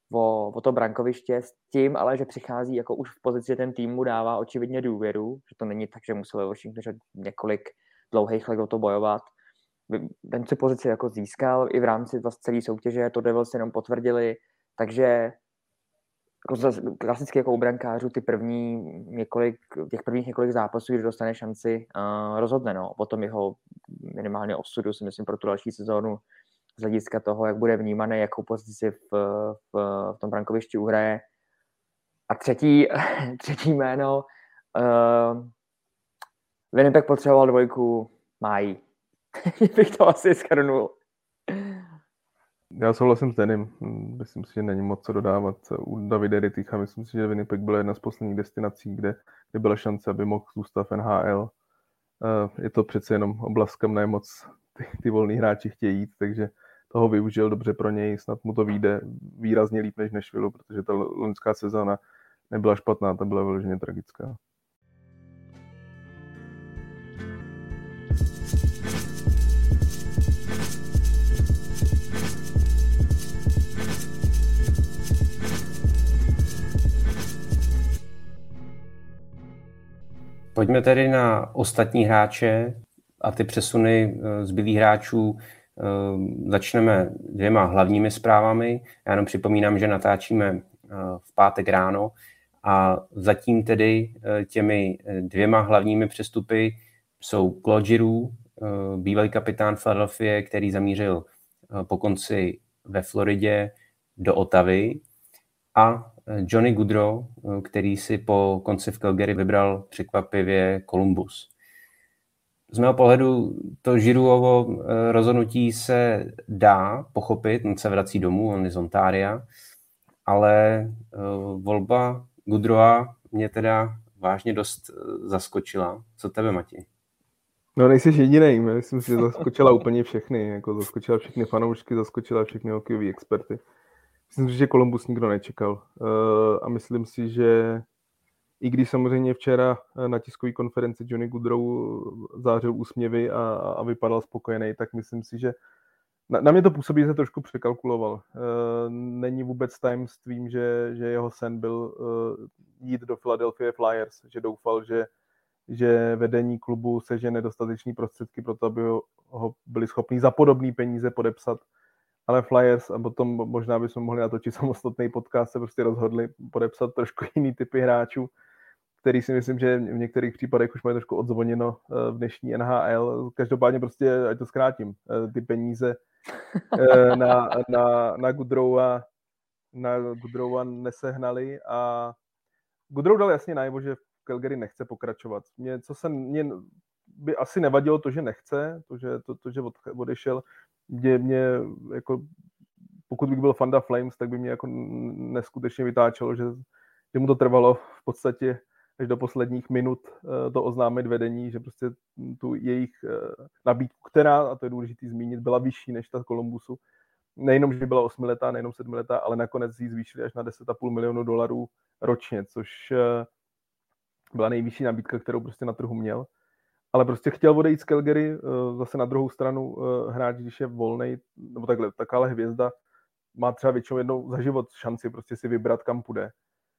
o, o to brankoviště s tím, ale že přichází jako už v pozici, že ten tým mu dává očividně důvěru, že to není tak, že musel ve Washingtonu několik dlouhých let o to bojovat. Ten si pozici jako získal i v rámci vlastně celé soutěže, to Devils jenom potvrdili, takže klasicky jako u brankářů ty první několik, těch prvních několik zápasů, když dostane šanci, uh, rozhodne, no. Potom jeho minimálně osudu si myslím pro tu další sezónu z hlediska toho, jak bude vnímaný, jakou pozici v, v, v tom brankovišti uhraje. A třetí, třetí jméno, uh, Winnipeg potřeboval dvojku, mají. bych to asi shrnul. Já souhlasím s Denim. Myslím si, že není moc co dodávat. U Davide Ritticha myslím si, že Winnipeg byla jedna z posledních destinací, kde, kde byla šance, aby mohl zůstat v N H L. Je to přece jenom oblast, kam ne moc ty, ty volní hráči chtějí jít, takže toho využil dobře pro něj. Snad mu to vyjde výrazně líp než Nashville, protože ta loňská sezóna nebyla špatná, ta byla vyloženě tragická. Pojďme tedy na ostatní hráče a ty přesuny zbylých hráčů. Začneme dvěma hlavními zprávami. Já jenom připomínám, že natáčíme v pátek ráno a zatím tedy těmi dvěma hlavními přestupy jsou Claude Giroux, bývalý kapitán Philadelphie, který zamířil po konci ve Floridě do Ottavy, a Johnny Gaudreau, který si po konci v Calgary vybral překvapivě Columbus. Z mého pohledu to Girouxovo rozhodnutí se dá pochopit, on se vrací domů, on je z Ontaria, ale volba Gaudreaua mě teda vážně dost zaskočila. Co tebe, Mati? No nejsi jedinej, myslím si, že zaskočila úplně všechny, jako zaskočila všechny fanoušky, zaskočila všechny hokejové experty. Myslím si, že Columbus nikdo nečekal a myslím si, že i když samozřejmě včera na tiskové konferenci Johnny Gaudreau zářil úsměvy a, a vypadal spokojený, tak myslím si, že na, na mě to působí, že se trošku překalkuloval. Není vůbec tajemstvím, že, že jeho sen byl jít do Philadelphia Flyers, že doufal, že, že vedení klubu sežene dostatečný prostředky pro to, aby ho, ho byli schopni za podobné peníze podepsat. Ale Flyers, a potom možná bychom mohli natočit samostatný podcast, se prostě rozhodli podepsat trošku jiný typy hráčů, který si myslím, že v některých případech už mají trošku odzvoněno v dnešní N H L. Každopádně prostě, ať to zkrátím, ty peníze na, na, na Gaudreaua na Gaudreaua nesehnali a Gaudreau dal jasně najevo, že v Calgary nechce pokračovat. Mě, co se mě by asi nevadilo to, že nechce, to, že, to, to, že od, odešel, Mě, mě jako, pokud bych byl fanda Flames, tak by mě jako neskutečně vytáčelo, že, že mu to trvalo v podstatě až do posledních minut to oznámit vedení, že prostě tu jejich nabídku, která, a to je důležité zmínit, byla vyšší než ta Columbusu. Nejenom, že byla osmiletá, nejenom sedmiletá, ale nakonec ji zvýšili až na deset a půl milionu dolarů ročně, což byla nejvyšší nabídka, kterou prostě na trhu měl. Ale prostě chtěl odejít z Calgary, zase na druhou stranu hráč, když je volnej, nebo takhle, taková hvězda, má třeba většinou jednou za život šanci prostě si vybrat, kam půjde.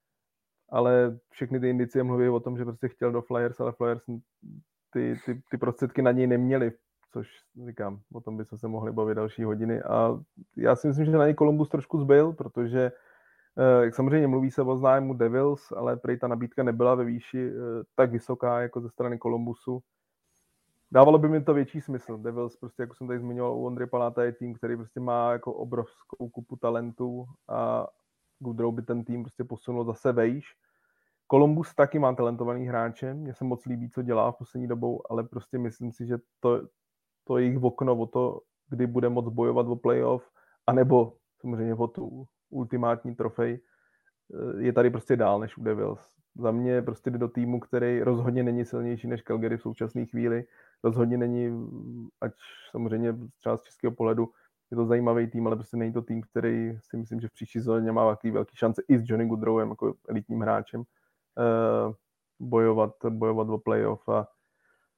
Ale všechny ty indicie mluví o tom, že prostě chtěl do Flyers, ale Flyers ty, ty, ty prostředky na něj neměli, což říkám, o tom bychom se mohli bavit další hodiny. A já si myslím, že na něj Columbus trošku zbyl, protože jak samozřejmě mluví se o zájmu Devils, ale prej ta nabídka nebyla ve výši tak vysoká jako ze strany Columbusu. Dávalo by mi to větší smysl. Devils, prostě, jako jsem tady zmiňoval, u Ondry Paláta je tým, který prostě má jako obrovskou kupu talentů a Gaudreau by ten tým prostě posunul zase vejš. Columbus taky má talentovaný hráče, mně se moc líbí, co dělá v poslední dobou, ale prostě myslím si, že to, to jejich okno o to, kdy bude moc bojovat o playoff, anebo samozřejmě o tu ultimátní trofej, je tady prostě dál než u Devils. Za mě prostě jde do týmu, který rozhodně není silnější než Calgary v současné chvíli. Rozhodně není, ať samozřejmě třeba z českého pohledu je to zajímavý tým, ale prostě není to tým, který si myslím, že v příští sezóně má velký, velký šance i s Johnny Gaudreauem jako elitním hráčem uh, bojovat, bojovat o playoff a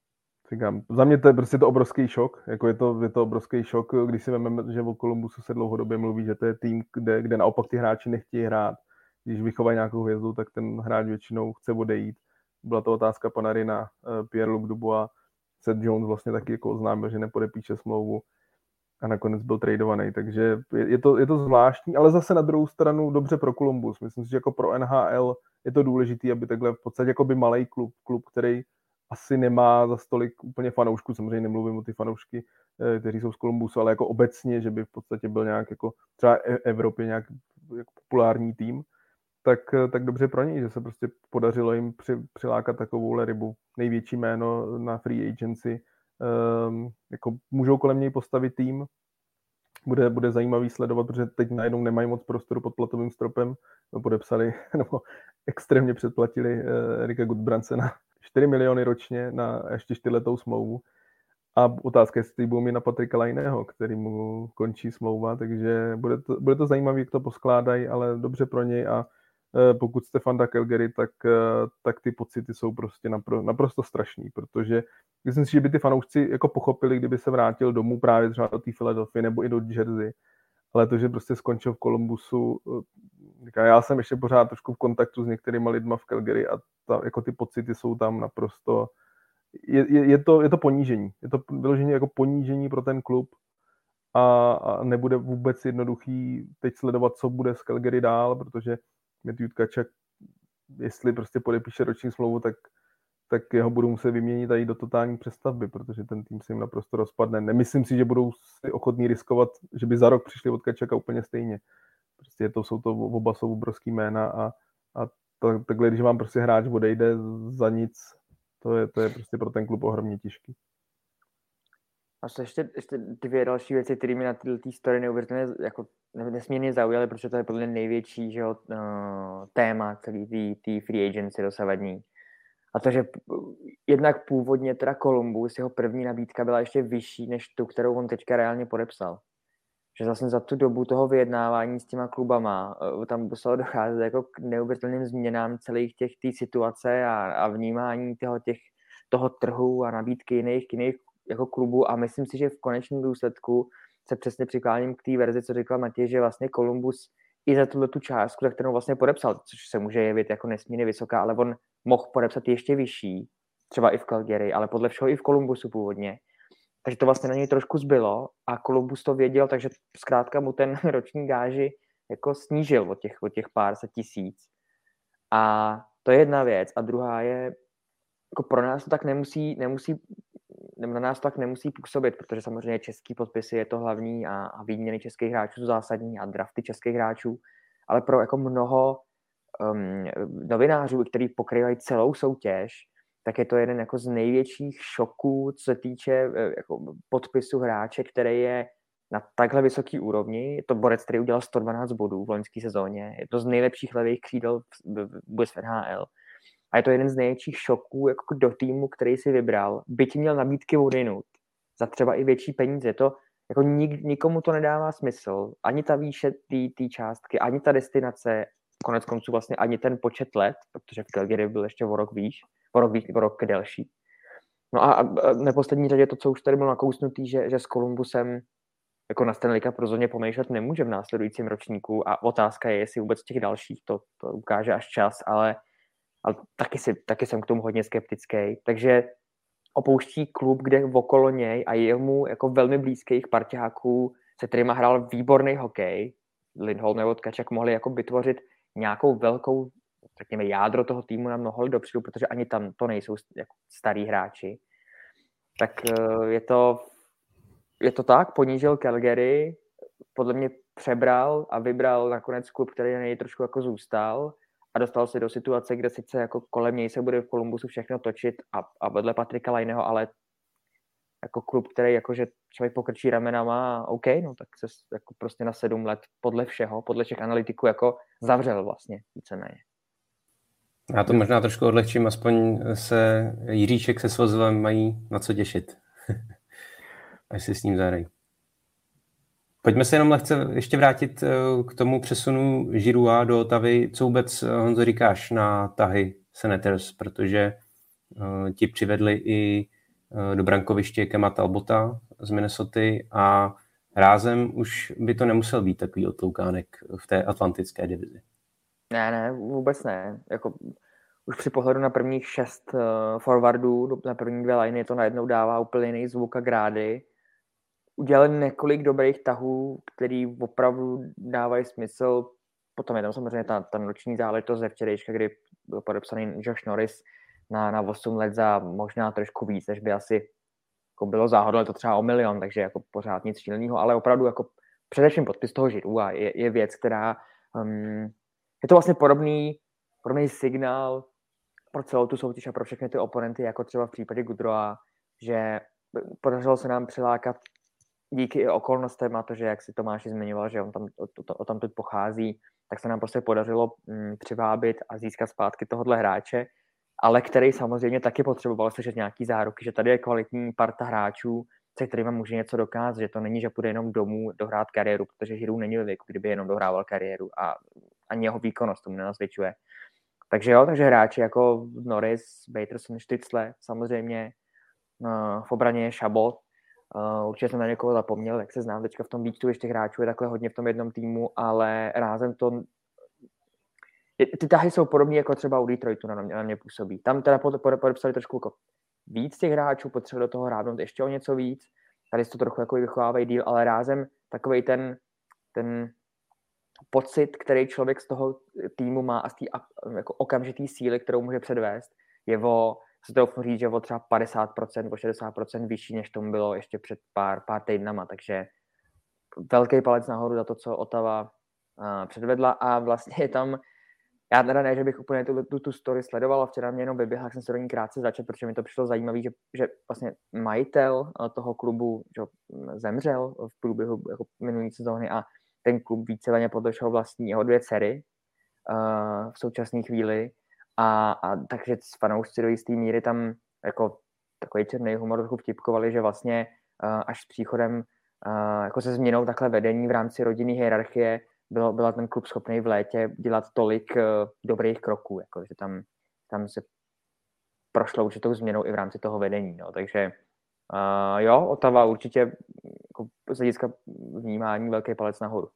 Říkám, za mě to je prostě to obrovský šok, jako je to, je to obrovský šok, když si vezmeme, že o Columbusu se dlouhodobě mluví, že to je tým, kde, kde naopak ty hráči nechtějí hrát. Když vychovají nějakou hvězdu, tak ten hráč většinou chce odejít. Byla to otázka Panarina, Pierre-Luc Dubois, Seth Jones vlastně taky jako oznámil, že nepodepíše smlouvu a nakonec byl tradovaný, takže je to, je to zvláštní, ale zase na druhou stranu dobře pro Columbus. Myslím si, že jako pro N H L je to důležitý, aby takhle v podstatě jako by malej klub, klub, který asi nemá za stolik úplně fanoušků, samozřejmě nemluvím o ty fanoušky, kteří jsou z Columbusu, ale jako obecně, že by v podstatě byl nějak jako třeba Evropě nějak jako populární tým, tak, tak dobře pro něj, že se prostě podařilo jim při, přilákat takovouhle rybu. Největší jméno na free agency, um, jako můžou kolem něj postavit tým, bude, bude zajímavý sledovat, protože teď najednou nemají moc prostoru pod platovým stropem, podepsali, nebo extrémně předplatili uh, Erika Goodbransena čtyři miliony ročně na ještě čtyřletou smlouvu. A otázka je, jestli budou mít na Patrika Lainého, který mu končí smlouva, takže bude to, bude to zajímavé, jak to poskládají, ale dobře pro něj a e, pokud jste fanda Calgary, tak, e, tak ty pocity jsou prostě napro, naprosto strašný, protože myslím si, že by ty fanoušci jako pochopili, kdyby se vrátil domů právě třeba do té Philadelphia nebo i do Jersey, ale to, že prostě skončil v Columbusu, e, já jsem ještě pořád trošku v kontaktu s některýma lidma v Calgary a ta, jako ty pocity jsou tam naprosto Je, je, je, to, je to ponížení. Je to vyloženě jako ponížení pro ten klub a, a nebude vůbec jednoduchý teď sledovat, co bude s Calgary dál, protože Matthew Tkachuk, jestli prostě podepíše roční smlouvu, tak, tak jeho budou muset vyměnit a jít do totální přestavby, protože ten tým se jim naprosto rozpadne. Nemyslím si, že budou si ochotní riskovat, že by za rok přišli od Tkachuka úplně stejně. Prostě to, jsou to oba jsou obrovský jména a, a to, takhle, když vám prostě hráč odejde za nic, To je, to je prostě pro ten klub ohromně těžký. A ještě, ještě dvě další věci, které mi na této story neuvěřitelně jako nesmírně zaujaly, protože to je podle mě největší, že jo, téma celý té free agency dosavadní. A to, že jednak původně teda Columbus, jeho první nabídka byla ještě vyšší než tu, kterou on teďka reálně podepsal. Že vlastně za tu dobu toho vyjednávání s těma klubama tam muselo docházet jako k neuvěřitelným změnám celých těch té situace a, a vnímání toho, těch, toho trhu a nabídky jiných, jiných jako klubů a myslím si, že v konečném důsledku se přesně přikláním k té verzi, co říkal Matěj, že vlastně Columbus i za tuhle tu částku, za kterou vlastně podepsal, což se může jevit jako nesmírně vysoká, ale on mohl podepsat ještě vyšší, třeba i v Calgary, ale podle všeho i v Columbusu původně. Takže to vlastně na něj trošku zbylo a Columbus to věděl, takže zkrátka mu ten roční gáži jako snížil od těch, od těch pár set tisíc. A to je jedna věc. A druhá je, jako pro nás to tak nemusí, nemusí na nás to tak nemusí působit, protože samozřejmě český podpisy je to hlavní a, a výměny českých hráčů jsou zásadní a drafty českých hráčů, ale pro jako mnoho um, novinářů, kteří pokrývají celou soutěž, tak je to jeden jako z největších šoků, co se týče jako podpisu hráče, který je na takhle vysoký úrovni. Je to borec, který udělal sto dvanáct bodů v loňské sezóně. Je to z nejlepších levých křídel vůbec v N H L. A je to jeden z největších šoků jako do týmu, který si vybral. Byť měl nabídky odinut za třeba i větší peníze. To jako nik, nikomu to nedává smysl. Ani ta výše té částky, ani ta destinace, konec konců vlastně ani ten počet let, protože v Calgary byl ještě o rok výš, o rok, výš, o rok delší. No a, a neposlední řadě to, co už tady bylo nakousnutý, že, že s Columbusem jako na Stanley Cup rozhodně pomýšlet nemůže v následujícím ročníku a otázka je, jestli vůbec těch dalších, to, to ukáže až čas, ale, ale taky, si, taky jsem k tomu hodně skeptický. Takže opouští klub, kde okolo něj a jemu jako velmi blízkých parťáků, se kterýma hrál výborný hokej, Lindholm nebo Tkachuk mohli jako vytvořit nějakou velkou, řekněme, jádro toho týmu na mnoho let dopředu, protože ani tam to nejsou jako starý hráči. Tak je to, je to tak, ponížil Calgary, podle mě přebral a vybral nakonec klub, který na něj trošku jako zůstal a dostal se do situace, kde sice jako kolem něj se bude v Columbusu všechno točit a, a vedle Patrika Lainého, ale jako klub, který jakože člověk pokrčí ramenama, OK, no tak se jako prostě na sedm let podle všeho, podle všech analytiků jako zavřel vlastně víceméně. Já to možná trošku odlehčím, aspoň se Jiříček se Svozilem mají na co těšit. Až si s ním zahrají. Pojďme se jenom lehce ještě vrátit k tomu přesunu Giroua do Ottavy. Co vůbec, Honzo, říkáš na tahy Senators, protože uh, ti přivedli i do brankoviště Kema Talbota z Minnesota a rázem už by to nemusel být takový otloukánek v té atlantické divizi. Ne, ne, vůbec ne. Jako, už při pohledu na prvních šest uh, forwardů, na první dvě liny to najednou dává úplně jiný zvuk a grády. Udělali několik dobrých tahů, který opravdu dávají smysl. Potom je tam samozřejmě ta, ta noční záležitost ze včerejška, kdy byl podepsaný Josh Norris na, na osm let za možná trošku víc, než by asi jako bylo záhodlo, to třeba o milion, takže jako pořád nic šíleného, ale opravdu jako především podpis toho Žiru a je, je věc, která um, je to vlastně podobný, podobný signál pro celou tu soutěž a pro všechny ty oponenty, jako třeba v případě Goodrowa, že podařilo se nám přilákat díky i okolnostem a to, že jak si Tomáš zmiňoval, že on tam o, o tam тут pochází, tak se nám prostě podařilo m, přivábit a získat zpátky tohohle hráče, ale který samozřejmě taky potřeboval slyšet nějaký záruky, že tady je kvalitní parta hráčů, se kterými může něco dokázat, že to není, že půjde jenom domů dohrát kariéru, protože Giroud není ve věku, kdyby jenom dohrával kariéru a ani jeho výkonnost tomu nenazvědčuje. Takže jo, takže hráči jako Norris, Peterson, Štycle, samozřejmě uh, v obraně je Chabot. Uh, určitě jsem na někoho zapomněl, jak se znám teďka v tom výčtu, ještě hráčů je takhle hodně v tom jednom týmu, ale rázem to... Ty tahy jsou podobné jako třeba u Detroitu na mě, na mě působí. Tam teda podepsali trošku jako víc těch hráčů, potřebuje do toho hrábnout ještě o něco víc. Tady se to trochu jako vychovávají díl, ale rázem takovej ten, ten pocit, který člověk z toho týmu má a z té jako okamžitý síly, kterou může předvést, je o, se to upnu říct, že o třeba padesát procent, o šedesát procent vyšší, než tomu bylo ještě před pár, pár týdnama, takže velký palec nahoru za to, co Ottawa uh, předvedla a vlastně je tam, já teda ne, že bych úplně tu, tu, tu story sledoval, včera mě jenom vyběhla, jak jsem se do ní krátce začal, protože mi to přišlo zajímavé, že, že vlastně majitel toho klubu že zemřel v průběhu jako minulý sezóny a ten klub víceméně podešel vlastní jeho dvě dcery uh, v současné chvíli a, a takže fanoušci do jisté míry tam jako takový černý humor trochu vtipkovali, že vlastně uh, až s příchodem uh, jako se změnou takhle vedení v rámci rodinné hierarchie bylo, byla ten klub schopný v létě dělat tolik uh, dobrých kroků, jako, že tam, tam se prošlo určitou změnou i v rámci toho vedení, no, takže uh, jo, Ottawa určitě jako z hlediska vnímání velký palec nahoru.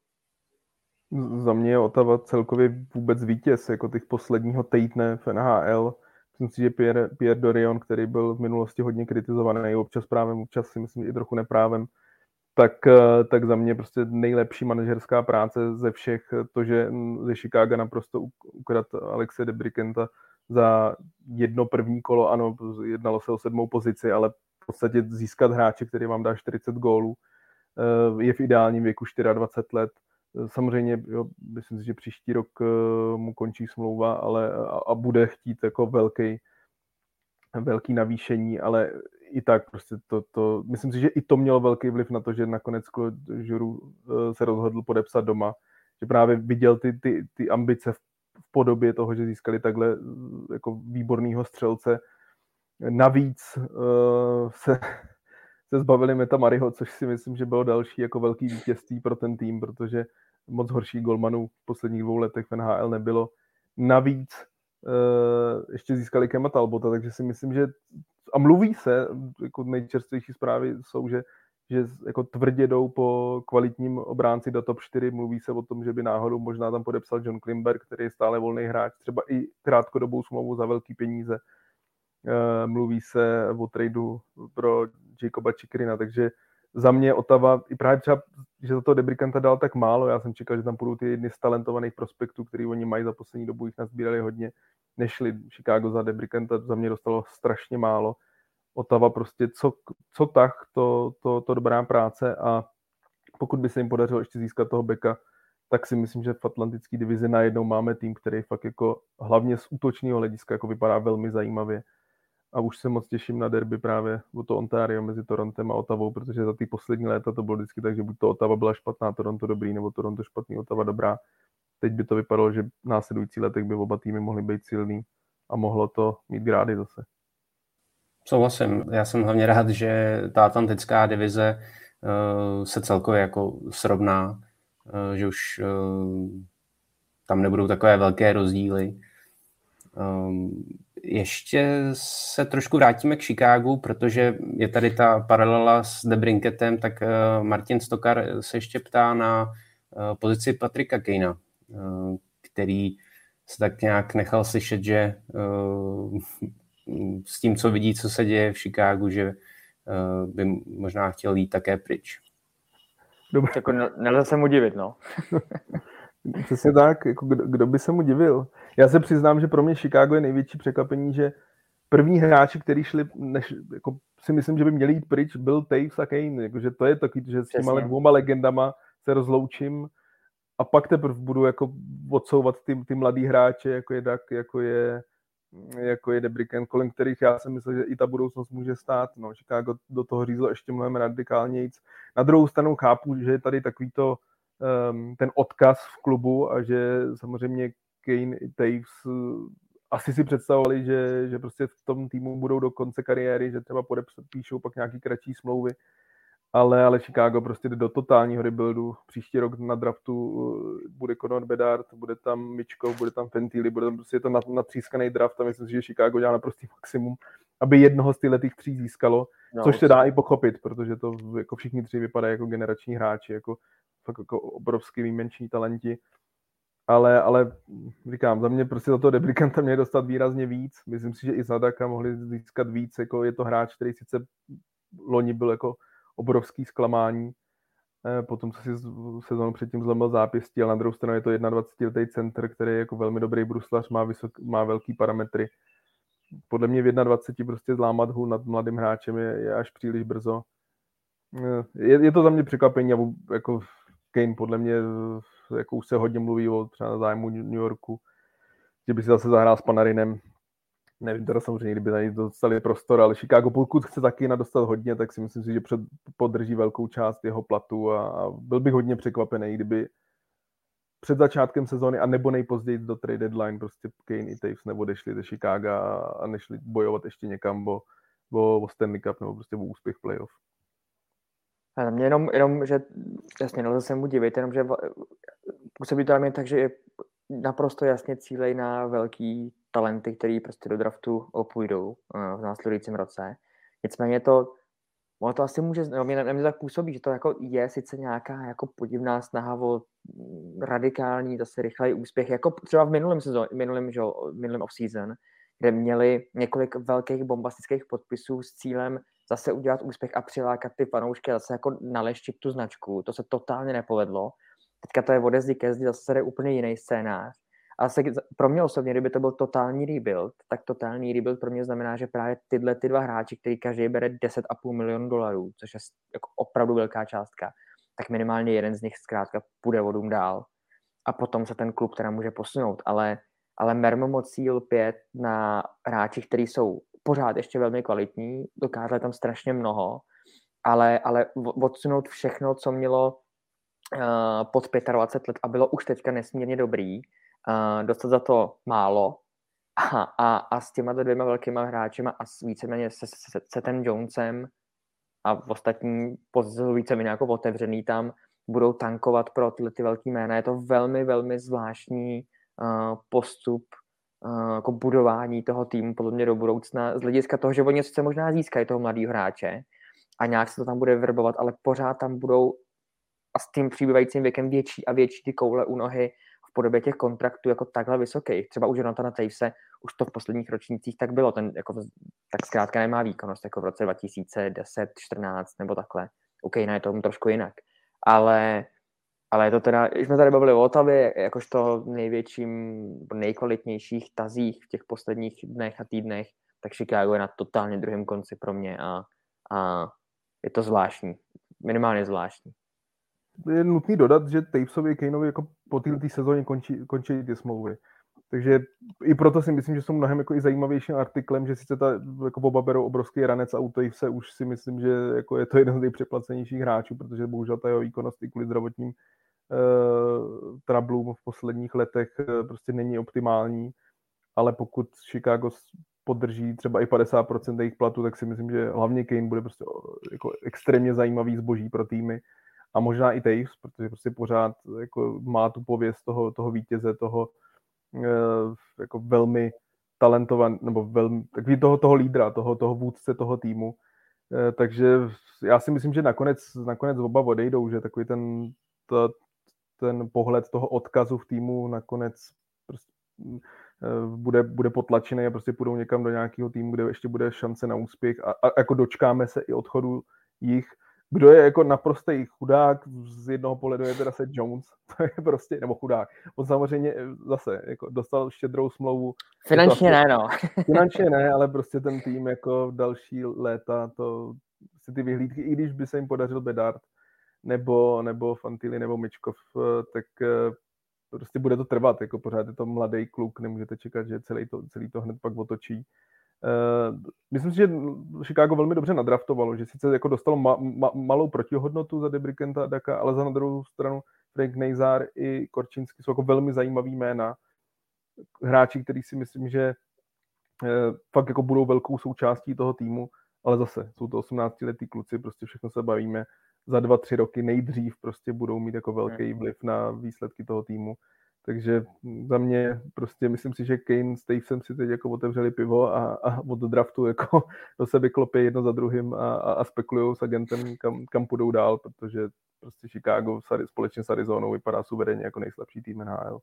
Za mě je Ottawa celkově vůbec vítěz jako těch posledního týdne v N H L. Myslím si, že Pierre, Pierre Dorion, který byl v minulosti hodně kritizovaný, občas právem, občas si myslím i trochu neprávem, tak, tak za mě prostě nejlepší manažerská práce ze všech. To, že ze Chicaga naprosto ukradl Alexe DeBrickenta za jedno první kolo, ano, jednalo se o sedmou pozici, ale v podstatě získat hráče, který vám dá čtyřicet gólů, je v ideálním věku dvacet čtyři let. Samozřejmě, jo, myslím si, že příští rok mu končí smlouva, ale a, a bude chtít jako velký, velký navýšení, ale i tak prostě to, to, myslím si, že i to mělo velký vliv na to, že nakonec Giroud se rozhodl podepsat doma, že právě viděl ty, ty, ty ambice v, v podobě toho, že získali takhle jako výborného střelce. Navíc uh, se se zbavili Meta Mariho, což si myslím, že bylo další jako velký vítězství pro ten tým, protože moc horší golmanů v posledních dvou letech v N H L nebylo. Navíc uh, ještě získali Kema Talbota, takže si myslím, že a mluví se, jako nejčerstvější zprávy jsou, že, že jako tvrdě jdou po kvalitním obránci do top čtyři, mluví se o tom, že by náhodou možná tam podepsal John Klingberg, který je stále volný hráč, třeba i krátkodobou smlouvu za velký peníze. Uh, mluví se o tradu pro Jacoba Chikrina, takže za mě Ottawa, i právě třeba, že za toho DeBrickenta dal tak málo, já jsem čekal, že tam budou ty jedny z talentovaných prospektů, který oni mají za poslední dobu, jich nazbírali hodně, nešli. Chicago za DeBrickenta za mě dostalo strašně málo. Ottawa prostě, co, co tak, to, to, to dobrá práce a pokud by se jim podařilo ještě získat toho beka, tak si myslím, že v atlantické divizi najednou máme tým, který fakt jako hlavně z útočného hlediska jako vypadá velmi zajímavě. A už se moc těším na derby právě o to Ontario mezi Torontem a Ottawou, protože za ty poslední léta to bylo vždycky tak, že buď to Ottawa byla špatná, Toronto dobrý, nebo Toronto špatný, Ottawa dobrá. Teď by to vypadalo, že v následující letech by oba týmy mohly být silný a mohlo to mít grády zase. Souhlasím. Já jsem hlavně rád, že ta atlantická divize uh, se celkově jako srovná, uh, že už uh, tam nebudou takové velké rozdíly. Um, ještě se trošku vrátíme k Chicagu, protože je tady ta paralela s DeBrincattem, tak uh, Martin Stokar se ještě ptá na uh, pozici Patricka Kanea, uh, který se tak nějak nechal slyšet, že uh, s tím, co vidí, co se děje v Chicagu, že uh, by možná chtěl jít také pryč. Dobře. Jako nelze se mu divit, no. Přesně tak, jako kdo, kdo by se mu divil. Já se přiznám, že pro mě Chicago je největší překvapení, že první hráči, kteří šli, než, jako si myslím, že by měli jít pryč, byl Taves a Kane. Jakože to je takový, že s těma dvouma legendama se rozloučím a pak teprve budu jako odsouvat ty, ty mladý hráče, jako je Duck, jako je, jako je DeBrincat, kolem kterých já si myslím, že i ta budoucnost může stát. No, Chicago do toho řízlo ještě mnohem radikálnějc. Na druhou stranu chápu, že je tady takovýto um, ten odkaz v klubu a že samozřejmě Kane i Taves asi si představovali, že, že prostě v tom týmu budou do konce kariéry, že třeba podepíšou pak nějaký kratší smlouvy, ale, ale Chicago prostě jde do totálního rebuildu. Příští rok na draftu bude Connor Bedard, bude tam Mičkov, bude tam Fantilli, bude tam prostě je to natřískaný draft a myslím si, že Chicago dělá naprostý maximum, aby jednoho z těch tří získalo, no, což se dá i pochopit, protože to jako všichni tři vypadají jako generační hráči, jako fakt jako obrovský výjimečný talenti. Ale, ale říkám, za mě prostě za toho DeBrincanta měli dostat výrazně víc. Myslím si, že i Zadaka mohli získat víc. Jako je to hráč, který sice loni byl jako obrovský zklamání. Potom, co si sezónu předtím zlomil zápěstí, ale na druhou stranu je to dvacetiletý center, který je jako velmi dobrý bruslař, má, vysok, má velký parametry. Podle mě v dvaceti jedna prostě zlámat hůl nad mladým hráčem je, je až příliš brzo. Je, je to za mě překvapení, jako Kane podle mě, jako už se hodně mluví o třeba zájmu New Yorku, že by si zase zahrál s Panarinem. Nevím teda samozřejmě, kdyby na něj dostali prostor, ale Chicago, pokud chce taky nadostat hodně, tak si myslím si, že před, podrží velkou část jeho platu a, a byl bych hodně překvapený, kdyby před začátkem sezóny a nebo nejpozději do trade deadline prostě Kane i Taves neodešli ze Chicaga a, a nešli bojovat ještě někam o, o, o Stanley Cup nebo prostě o úspěch playoff. Ale mě jenom, jenom, že jasně, nelze se mu divit, jenom, že působí to na mě tak, že je naprosto jasně cílej na velký talenty, který prostě do draftu opůjdou v následujícím roce. Nicméně to, ono to asi může, no mě, mě tak působí, že to jako je sice nějaká jako podivná snaha o radikální, zase rychlej úspěch, jako třeba v minulém sezóně, minulém, že, minulém off-season, kde měli několik velkých bombastických podpisů s cílem zase udělat úspěch a přilákat ty fanoušky a zase jako naleštit tu značku. To se totálně nepovedlo. Teďka to je ode zdi ke zdi, zase je úplně jiný scénář. A zase pro mě osobně, kdyby to byl totální rebuild, tak totální rebuild pro mě znamená, že právě tyhle ty dva hráči, který každý bere deset a půl milionu dolarů, což je jako opravdu velká částka, tak minimálně jeden z nich zkrátka půjde vodům dál. A potom se ten klub teda může posunout. Ale, ale mermo moc cíl pět na hráči, kteří jsou pořád ještě velmi kvalitní, dokázali tam strašně mnoho, ale, ale odsunout všechno, co mělo uh, pod dvacet pět let a bylo už teďka nesmírně dobrý, uh, dostat za to málo a, a, a s těma dvěma velkýma hráčima a s víceméně se, se, se Setem Jonesem a v ostatní pozici víceméně jako otevřený tam budou tankovat pro tyhle ty velký jména. Je to velmi, velmi zvláštní uh, postup jako budování toho týmu podle mě do budoucna z hlediska toho, že oni sice možná získají toho mladého hráče a nějak se to tam bude vrbovat, ale pořád tam budou a s tím přibývajícím věkem větší a větší ty koule u nohy v podobě těch kontraktů jako takhle vysokých. Třeba u Jonathana Tavese už to v posledních ročnících tak bylo, ten jako, tak zkrátka nemá výkonnost jako v roce dva tisíce deset, čtrnáct nebo takhle. OK, ne, je to trošku jinak. Ale Ale je to teda, když jsme tady bavili o Otavě, jakožto největším, nejkvalitnějších tazích v těch posledních dnech a týdnech, tak Chicago je na totálně druhém konci pro mě a, a je to zvláštní, minimálně zvláštní. Je nutný dodat, že Tavesovi a Kaneovi jako po této sezóně končí, končí ty smlouvy. Takže i proto si myslím, že jsou mnohem jako i zajímavějším artiklem, že sice ta, jako oba berou obrovský ranec a u Tavese už si myslím, že jako je to jeden z nejpřeplacenějších hráčů, protože bohužel ta jeho výkonnost i kvůli zdravotním uh, trablům v posledních letech uh, prostě není optimální, ale pokud Chicago podrží třeba i padesát procent jejich platu, tak si myslím, že hlavně Kane bude prostě jako extrémně zajímavý zboží pro týmy a možná i Taves, protože prostě pořád jako má tu pověst toho, toho vítěze, toho jako velmi talentovaný, nebo velmi, takový toho, toho lídra, toho, toho vůdce toho týmu. E, takže já si myslím, že nakonec, nakonec oba odejdou, že takový ten, to, ten pohled toho odkazu v týmu nakonec prostě, e, bude, bude potlačený a prostě půjdou někam do nějakého týmu, kde ještě bude šance na úspěch a, a jako dočkáme se i odchodu jich. Kdo je jako naprostý chudák, z jednoho pohledu je teda Seth Jones, to je prostě, nebo chudák. On samozřejmě zase jako dostal štědrou smlouvu. Finančně ne, no. Finančně ne, ale prostě ten tým jako další léta, to si ty vyhlídky, i když by se jim podařil Bedard, nebo, nebo Fantilli, nebo Mičkov, tak prostě bude to trvat, jako pořád je to mladý kluk, nemůžete čekat, že celý to, celý to hned pak otočí. Uh, myslím si, že Chicago velmi dobře nadraftovalo, že sice jako dostalo ma, ma, malou protihodnotu za DeBrickenta a Daka, ale za na druhou stranu Frank Nazar i Korčinský jsou jako velmi zajímavý jména. Hráči, který si myslím, že uh, fakt jako budou velkou součástí toho týmu, ale zase jsou to osmnáctiletí kluci, prostě všechno se bavíme. Za dva, tři roky nejdřív prostě budou mít jako velký vliv na výsledky toho týmu. Takže za mě prostě myslím si, že Kane s Tavesem si teď jako otevřeli pivo a, a od draftu jako do sebe klopí jedno za druhým a, a, a spekulují s agentem, kam, kam půjdou dál, protože prostě Chicago společně s Arizonou vypadá suverénně jako nejslabší tým N H L.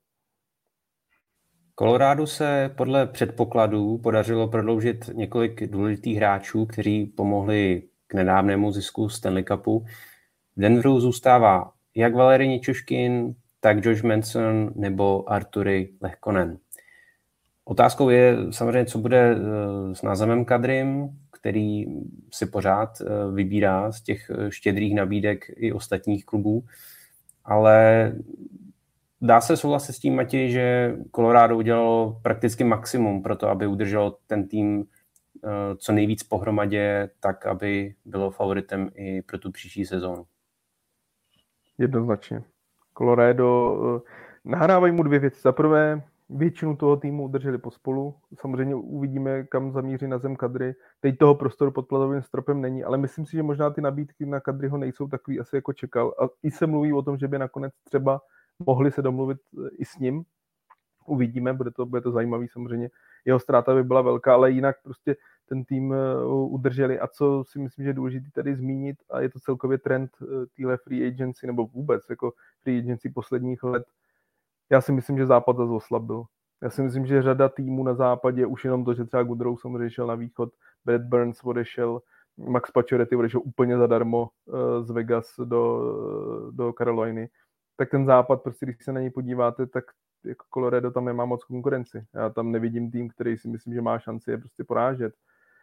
Coloradu se podle předpokladů podařilo prodloužit několik důležitých hráčů, kteří pomohli k nedávnému zisku Stanley Cupu. V Denveru zůstává jak Valeri Nichushkin, tak Josh Manson nebo Arturi Lehkonen. Otázkou je samozřejmě, co bude s Nazemem Kadrim, který si pořád vybírá z těch štědrých nabídek i ostatních klubů, ale dá se souhlasit s tím, Matěj, že Colorado udělalo prakticky maximum pro to, aby udrželo ten tým co nejvíc pohromadě, tak aby bylo favoritem i pro tu příští sezónu. Jednoznačně. Colorado nahrávají mu dvě věci. Za prvé, většinu toho týmu udrželi pospolu. Samozřejmě uvidíme, kam zamíří Nazem Kadri. Teď toho prostoru pod platovým stropem není, ale myslím si, že možná ty nabídky na Kadriho nejsou takový asi jako čekal. A i se mluví o tom, že by nakonec třeba mohli se domluvit i s ním. Uvidíme, bude to, bude to zajímavý samozřejmě. Jeho ztráta by byla velká, ale jinak prostě ten tým udrželi. A co si myslím, že je důležité tady zmínit, a je to celkově trend téhle free agency, nebo vůbec jako free agency posledních let, já si myslím, že západ zase oslabil. Já si myslím, že řada týmů na západě, už jenom to, že třeba Goodrow samozřejmě šel na východ, Brad Burns odešel, Max Pacioretty odešel úplně zadarmo z Vegas do, do Caroliny, tak ten západ, prostě když se na něj podíváte, tak jako Colorado tam nemá moc konkurenci. Já tam nevidím tým, který si myslím, že má šanci je prostě porážet.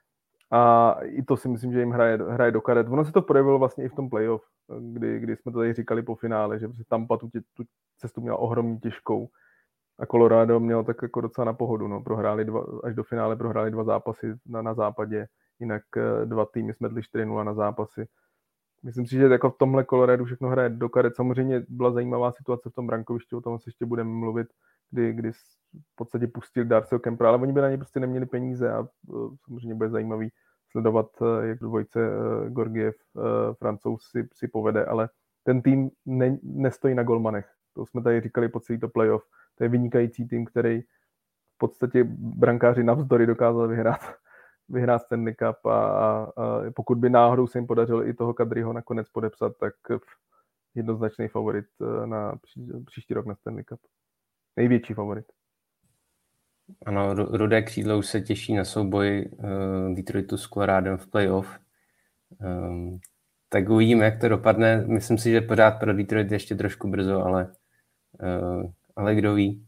A i to si myslím, že jim hraje, hraje do karet. Ono se to projevilo vlastně i v tom playoff, kdy, kdy jsme to tady říkali po finále, že prostě Tampa tu, tě, tu cestu měla ohromně těžkou a Colorado mělo tak jako docela na pohodu. No. Prohráli dva, až do finále prohráli dva zápasy na, na západě, jinak dva týmy smetli čtyři nula na zápasy. Myslím si, že jako v tomhle Colorado všechno hraje do karet. Samozřejmě byla zajímavá situace v tom brankovišti, o tom se ještě budeme mluvit, kdy, kdy v podstatě pustil Darcyho Kempera, ale oni by na ně prostě neměli peníze a uh, samozřejmě bude zajímavý sledovat, uh, jak dvojce uh, Gorgiev, uh, Francouz si, si povede, ale ten tým ne, nestojí na golmanech. To jsme tady říkali po celý to playoff. To je vynikající tým, který v podstatě brankáři navzdory dokázali vyhrát, vyhrát Stanley Cup a, a, a pokud by náhodou se jim podařilo i toho Kadriho nakonec podepsat, tak jednoznačný favorit na pří, příští rok na Stanley Cup. Největší favorit. Ano, rudé křídlo už se těší na souboj uh, Detroitu s Coloradem v playoff. Um, tak uvidíme, jak to dopadne. Myslím si, že pořád pro Detroit ještě trošku brzo, ale, uh, ale kdo ví.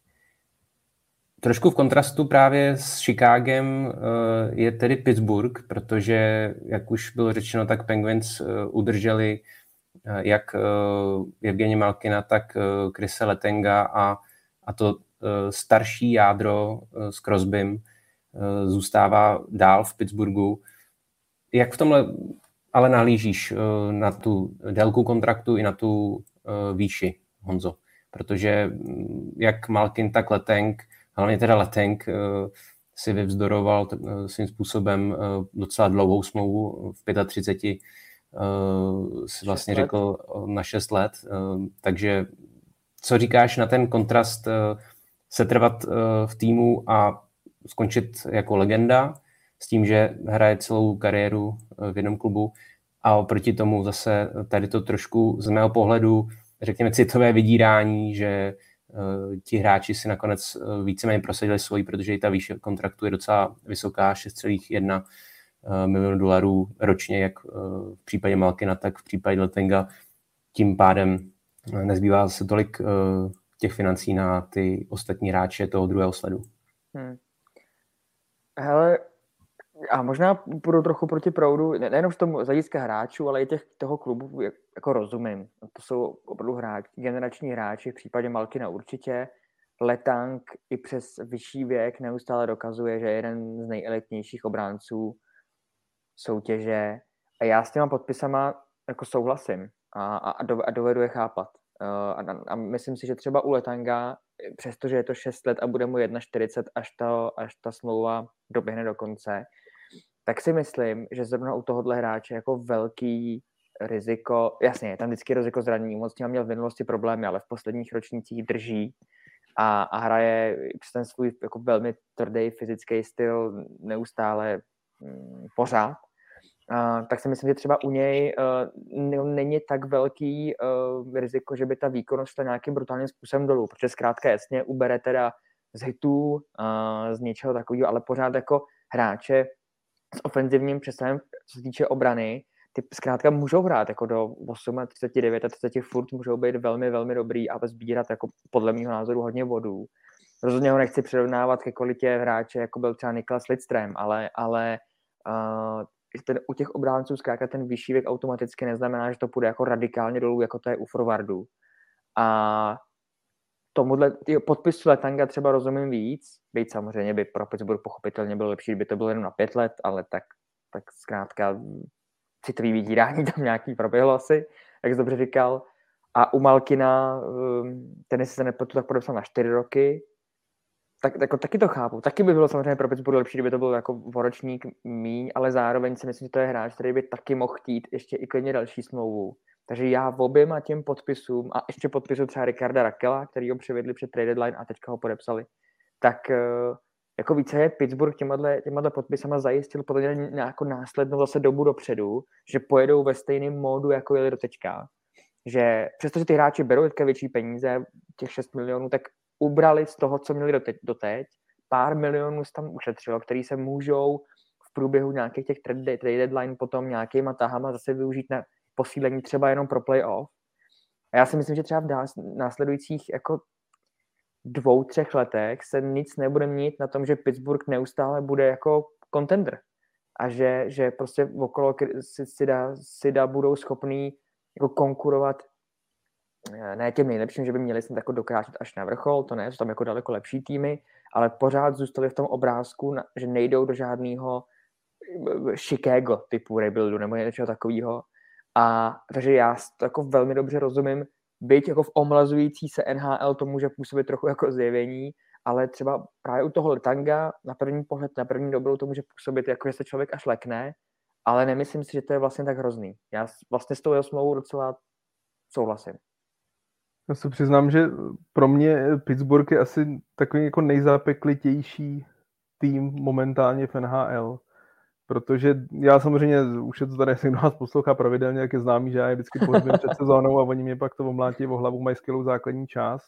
Trošku v kontrastu právě s Chicagem uh, je tedy Pittsburgh, protože, jak už bylo řečeno, tak Penguins uh, udrželi uh, jak uh, Evgeni Malkina, tak uh, Chrise Letanga a, a to uh, starší jádro uh, s Crosbym uh, zůstává dál v Pittsburghu. Jak v tomhle ale nahlížíš uh, na tu délku kontraktu i na tu uh, výši, Honzo? Protože jak Malkin, tak Letang, hlavně teda Letang uh, si vyvzdoroval uh, svým způsobem uh, docela dlouhou smlouvu v třicet pět uh, si vlastně řekl uh, na šest let. Uh, takže co říkáš na ten kontrast uh, setrvat uh, v týmu a skončit jako legenda s tím, že hraje celou kariéru v jednom klubu a oproti tomu zase tady to trošku z mého pohledu, řekněme, citové vydírání, že uh, ti hráči si nakonec uh, víceméně prosadili svoji, protože i ta výše kontraktu je docela vysoká, šest celá jedna uh, milionu dolarů ročně, jak uh, v případě Malkina, tak v případě Letenga. Tím pádem uh, nezbývá se tolik uh, těch financí na ty ostatní hráče toho druhého sledu. Hmm. Hele, a možná půjdu trochu proti proudu, nejenom v tom z hlediska hráčů, ale i těch toho klubu jako rozumím. To jsou opravdu hráči, generační hráči, v případě Malkina určitě. Letang i přes vyšší věk neustále dokazuje, že je jeden z nejelitnějších obránců soutěže. A já s těma podpisama jako souhlasím a, a, a dovedu je chápat. A, a myslím si, že třeba u Letanga, přestože je to šest let a bude mu čtyřicet jedna, až ta, až ta smlouva doběhne do konce, tak si myslím, že zrovna u tohohle hráče jako velký riziko, jasně, je tam vždycky riziko zranění, moc tím měl v minulosti problémy, ale v posledních ročnících drží a, a hraje přes ten svůj jako velmi tvrdý fyzický styl neustále mm, pořád. Uh, tak si myslím, že třeba u něj uh, není tak velký uh, riziko, že by ta výkonnost šla nějakým brutálním způsobem dolů, protože zkrátka jasně ubere teda z hitů, uh, z něčeho takového, ale pořád jako hráče s ofenzivním přesahem, co se týče obrany, ty zkrátka můžou hrát jako do třicet osm, devět, třicet furt můžou být velmi, velmi dobrý a sbírat jako podle mého názoru hodně bodů. Rozhodně ho nechci přirovnávat ke kvalitě hráče, jako byl třeba Niklas Lidström, ale, ale uh, ten, u těch obránců zkrátka ten vyšší věk automaticky neznamená, že to půjde jako radikálně dolů, jako to je u forwardů. A tomuhle podpisu Letanga třeba rozumím víc, byť samozřejmě by pro Pittsburgh pochopitelně bylo lepší, kdyby to bylo jenom na pět let, ale tak, tak zkrátka citový vydírání tam nějaký proběhlo asi, jak jsi dobře říkal. A u Malkina, ten jestli se nepletu, tak podepsal na čtyři roky, tak jako, taky to chápu. Taky by bylo samozřejmě pro Pittsburgh lepší, kdyby to byl jako voročník míň, ale zároveň si myslím, že to je hráč, který by taky mohl chtít ještě i klidně další smlouvu. Takže já v oběma těm podpisům a ještě podpisu třeba Ricarda Rakela, který ho přivedli před trade deadline a teďka ho podepsali, tak jako více je Pittsburgh těmahle, těmahle podpisama zajistil podle mě nějakou následnou zase dobu dopředu, že pojedou ve stejném módu, jako jeli do teďka. Že přestože ty hráči berou teďka větší peníze, těch šest milionů, tak ubrali z toho, co měli doteď, doteď. Pár milionů se tam ušetřilo, který se můžou v průběhu nějakých těch trade, trade deadline potom nějakýma tahama zase využít na posílení třeba jenom pro playoff. A já si myslím, že třeba v následujících jako dvou, třech letech se nic nebude mít na tom, že Pittsburgh neustále bude jako contender. A že, že prostě okolo Sida, Sida budou schopní jako konkurovat ne těm nejlepším, že by měli snad jako dokráčet až na vrchol, to ne, jsou tam jako daleko lepší týmy, ale pořád zůstali v tom obrázku, že nejdou do žádného Chicago typu rebuildu nebo něčeho takového. A takže já to jako velmi dobře rozumím, byť jako v omlazující se N H L to může působit trochu jako zjevení, ale třeba právě u toho Letanga na první pohled, na první dobrou to může působit jako, že se člověk až lekne, ale nemyslím si, že to je vlastně tak hrozný. Já vlastně s tou jeho smlouvou docela souhlasím. Já se přiznám, že pro mě Pittsburgh je asi takový jako nejzapeklitější tým momentálně v N H L. Protože já samozřejmě, už je to tady, jestli nás poslouchá pravidelně, jak je známý, že já je vždycky pohybím před sezónou a oni mě pak to omlátí o hlavu, mají skvělou základní část.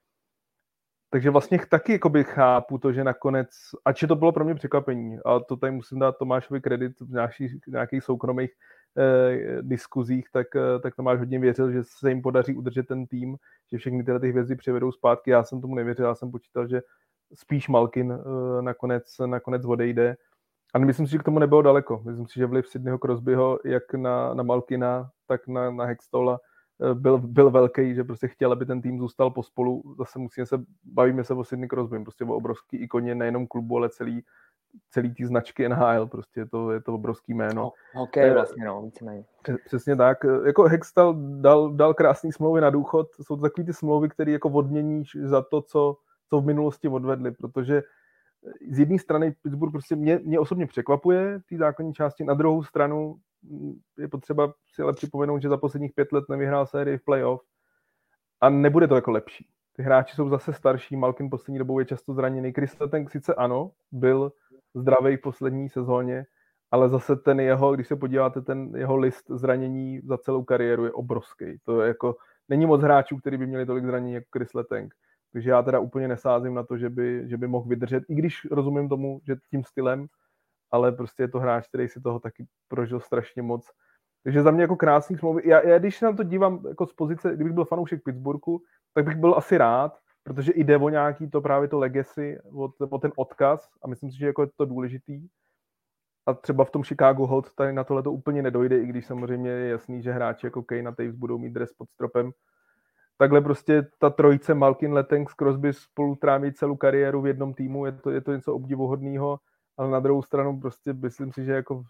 Takže vlastně taky jakoby chápu to, že nakonec, ač to bylo pro mě překvapení, a to tady musím dát Tomášovi kredit v nějakých, nějakých soukromých eh, diskuzích, tak, tak Tomáš hodně věřil, že se jim podaří udržet ten tým, že všechny tyhle ty hvězdy přivedou zpátky. Já jsem tomu nevěřil, já jsem počítal, že spíš Malkin eh, nakonec, nakonec odejde. A myslím si, že k tomu nebylo daleko. Myslím si, že vliv Sidneyho Crosbyho jak na, na Malkina, tak na, na Hextalla byl, byl velký, že prostě chtěl, aby ten tým zůstal pospolu. Zase musíme se, bavíme se o Sidney Crosbym, prostě o obrovský ikoně nejenom klubu, ale celý, celý tý značky N H L, prostě je to, je to obrovský jméno. Hokej vlastně, no, víceméně. Přesně tak. Jako Hextall dal, dal krásný smlouvy na důchod. Jsou to takový ty smlouvy, které jako odměníš za to, co, co v minulosti odvedli, protože z jedné strany Pittsburgh prostě mě, mě osobně překvapuje v té základní části, na druhou stranu je potřeba si ale připomenout, že za posledních pět let nevyhrál sérii v playoff a nebude to jako lepší. ty hráči jsou zase starší, Malkin poslední dobou je často zraněný. Chris Letang sice ano, byl zdravý v poslední sezóně, ale zase ten jeho, když se podíváte, ten jeho list zranění za celou kariéru je obrovský. To je jako, není moc hráčů, kteří by měli tolik zranění jako Chris Letang. Takže já teda úplně nesázím na to, že by, že by mohl vydržet, i když rozumím tomu, že tím stylem, ale prostě je to hráč, který si toho taky prožil strašně moc. Takže za mě jako krásný smlouvy. Já, já když se na to dívám jako z pozice, kdybych byl fanoušek Pittsburghu, tak bych byl asi rád, protože jde o nějaký to právě to legacy, o, o ten odkaz a myslím si, že jako je to důležitý. A třeba v tom Chicago Hot tady na tohle to úplně nedojde, i když samozřejmě je jasný, že hráči jako Kane a Taves budou mít dres pod stropem. Takhle prostě ta trojice Malkin, Letang, Crosby spolu tráví celou kariéru v jednom týmu, je to, je to něco obdivuhodného, ale na druhou stranu prostě myslím si, že jako v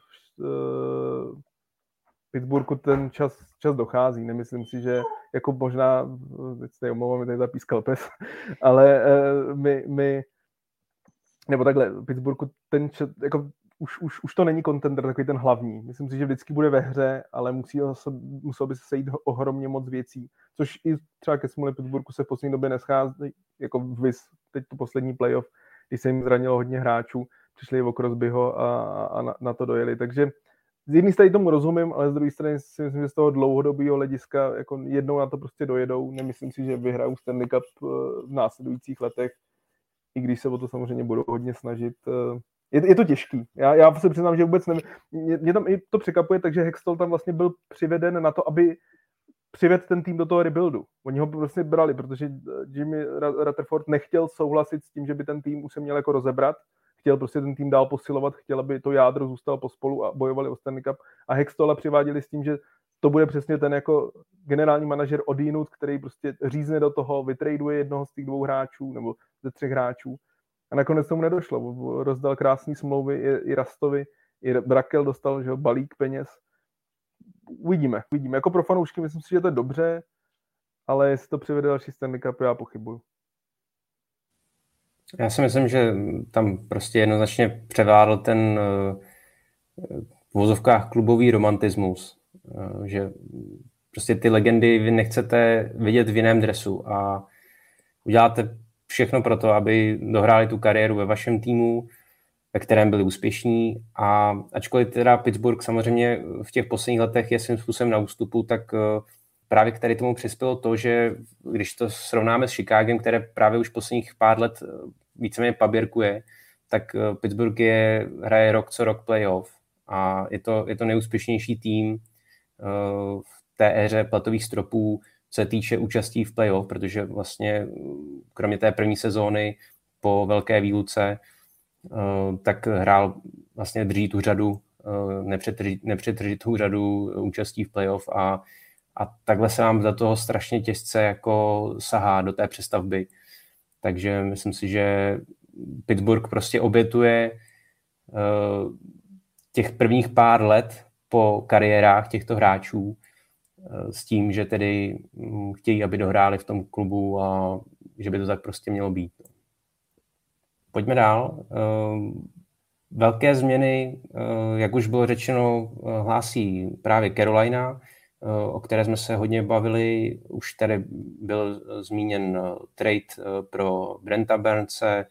uh, Pittsburghu ten čas, čas dochází. Nemyslím si, že jako možná, teď se omlouvám, mi tady zapískal pes, ale uh, my, my, nebo takhle, v Pittsburghu ten čas, jako Už, už, už to není contender, takový ten hlavní. Myslím si, že vždycky bude ve hře, ale musí se, muselo by se sejít ohromně moc věcí. Což i třeba ke smůle Pittsburghu se v poslední době neschází, jako vys, teď to poslední playoff, když se jim zranilo hodně hráčů, přišli o Crosbyho a, a na, na to dojeli. Takže z jedné strany tomu rozumím, ale z druhé strany si myslím, že z toho dlouhodobého hlediska jako jednou na to prostě dojedou. Nemyslím si, že vyhrajou Stanley Cup v následujících letech, i když se o to samozřejmě budou hodně snažit. Je, je to těžký. Já, já se přiznám, že vůbec nevím. Mě, mě tam i to překvapuje, takže Hextall tam vlastně byl přiveden na to, aby přivedl ten tým do toho rebuildu. Oni ho prostě brali, protože Jimmy Rutherford nechtěl souhlasit s tím, že by ten tým už se měl jako rozebrat. Chtěl prostě ten tým dál posilovat, chtěl, aby to jádro zůstalo pospolu a bojovali o Stanley Cup. A Hextalla přiváděli s tím, že to bude přesně ten jako generální manažer odínut, který prostě řízne do toho, vytraduje jednoho z těch dvou hráčů nebo ze třech hráčů. A nakonec tomu nedošlo. Rozdal krásný smlouvy i, i Rastovi, i Brakel dostal že, balík peněz. Uvidíme, uvidíme. Jako pro fanoušky myslím si, že to je dobře, ale jestli to přivede další Stanley Cup, já pochybuju. Já si myslím, že tam prostě jednoznačně převládl ten v vozovkách klubový romantismus, že prostě ty legendy vy nechcete vidět v jiném dresu a uděláte všechno pro to, aby dohráli tu kariéru ve vašem týmu, ve kterém byli úspěšní. A ačkoliv teda Pittsburgh samozřejmě v těch posledních letech je svým způsobem na ústupu, tak právě k tady tomu přispělo to, že když to srovnáme s Chicagem, které právě už posledních pár let víceméně paběrkuje, tak Pittsburgh je, hraje rok co rok playoff a je to, je to nejúspěšnější tým v té éře platových stropů, co se týče účastí v playoff, protože vlastně kromě té první sezóny po velké výluce, tak hrál vlastně drží tu řadu, nepřetržitou řadu účastí v playoff a, a takhle se nám do toho strašně těžce jako sahá do té přestavby. Takže myslím si, že Pittsburgh prostě obětuje těch prvních pár let po kariérách těchto hráčů s tím, že tedy chtějí, aby dohráli v tom klubu a že by to tak prostě mělo být. Pojďme dál. Velké změny, jak už bylo řečeno, hlásí právě Carolina, o které jsme se hodně bavili. Už tady byl zmíněn trade pro Brenta Burnse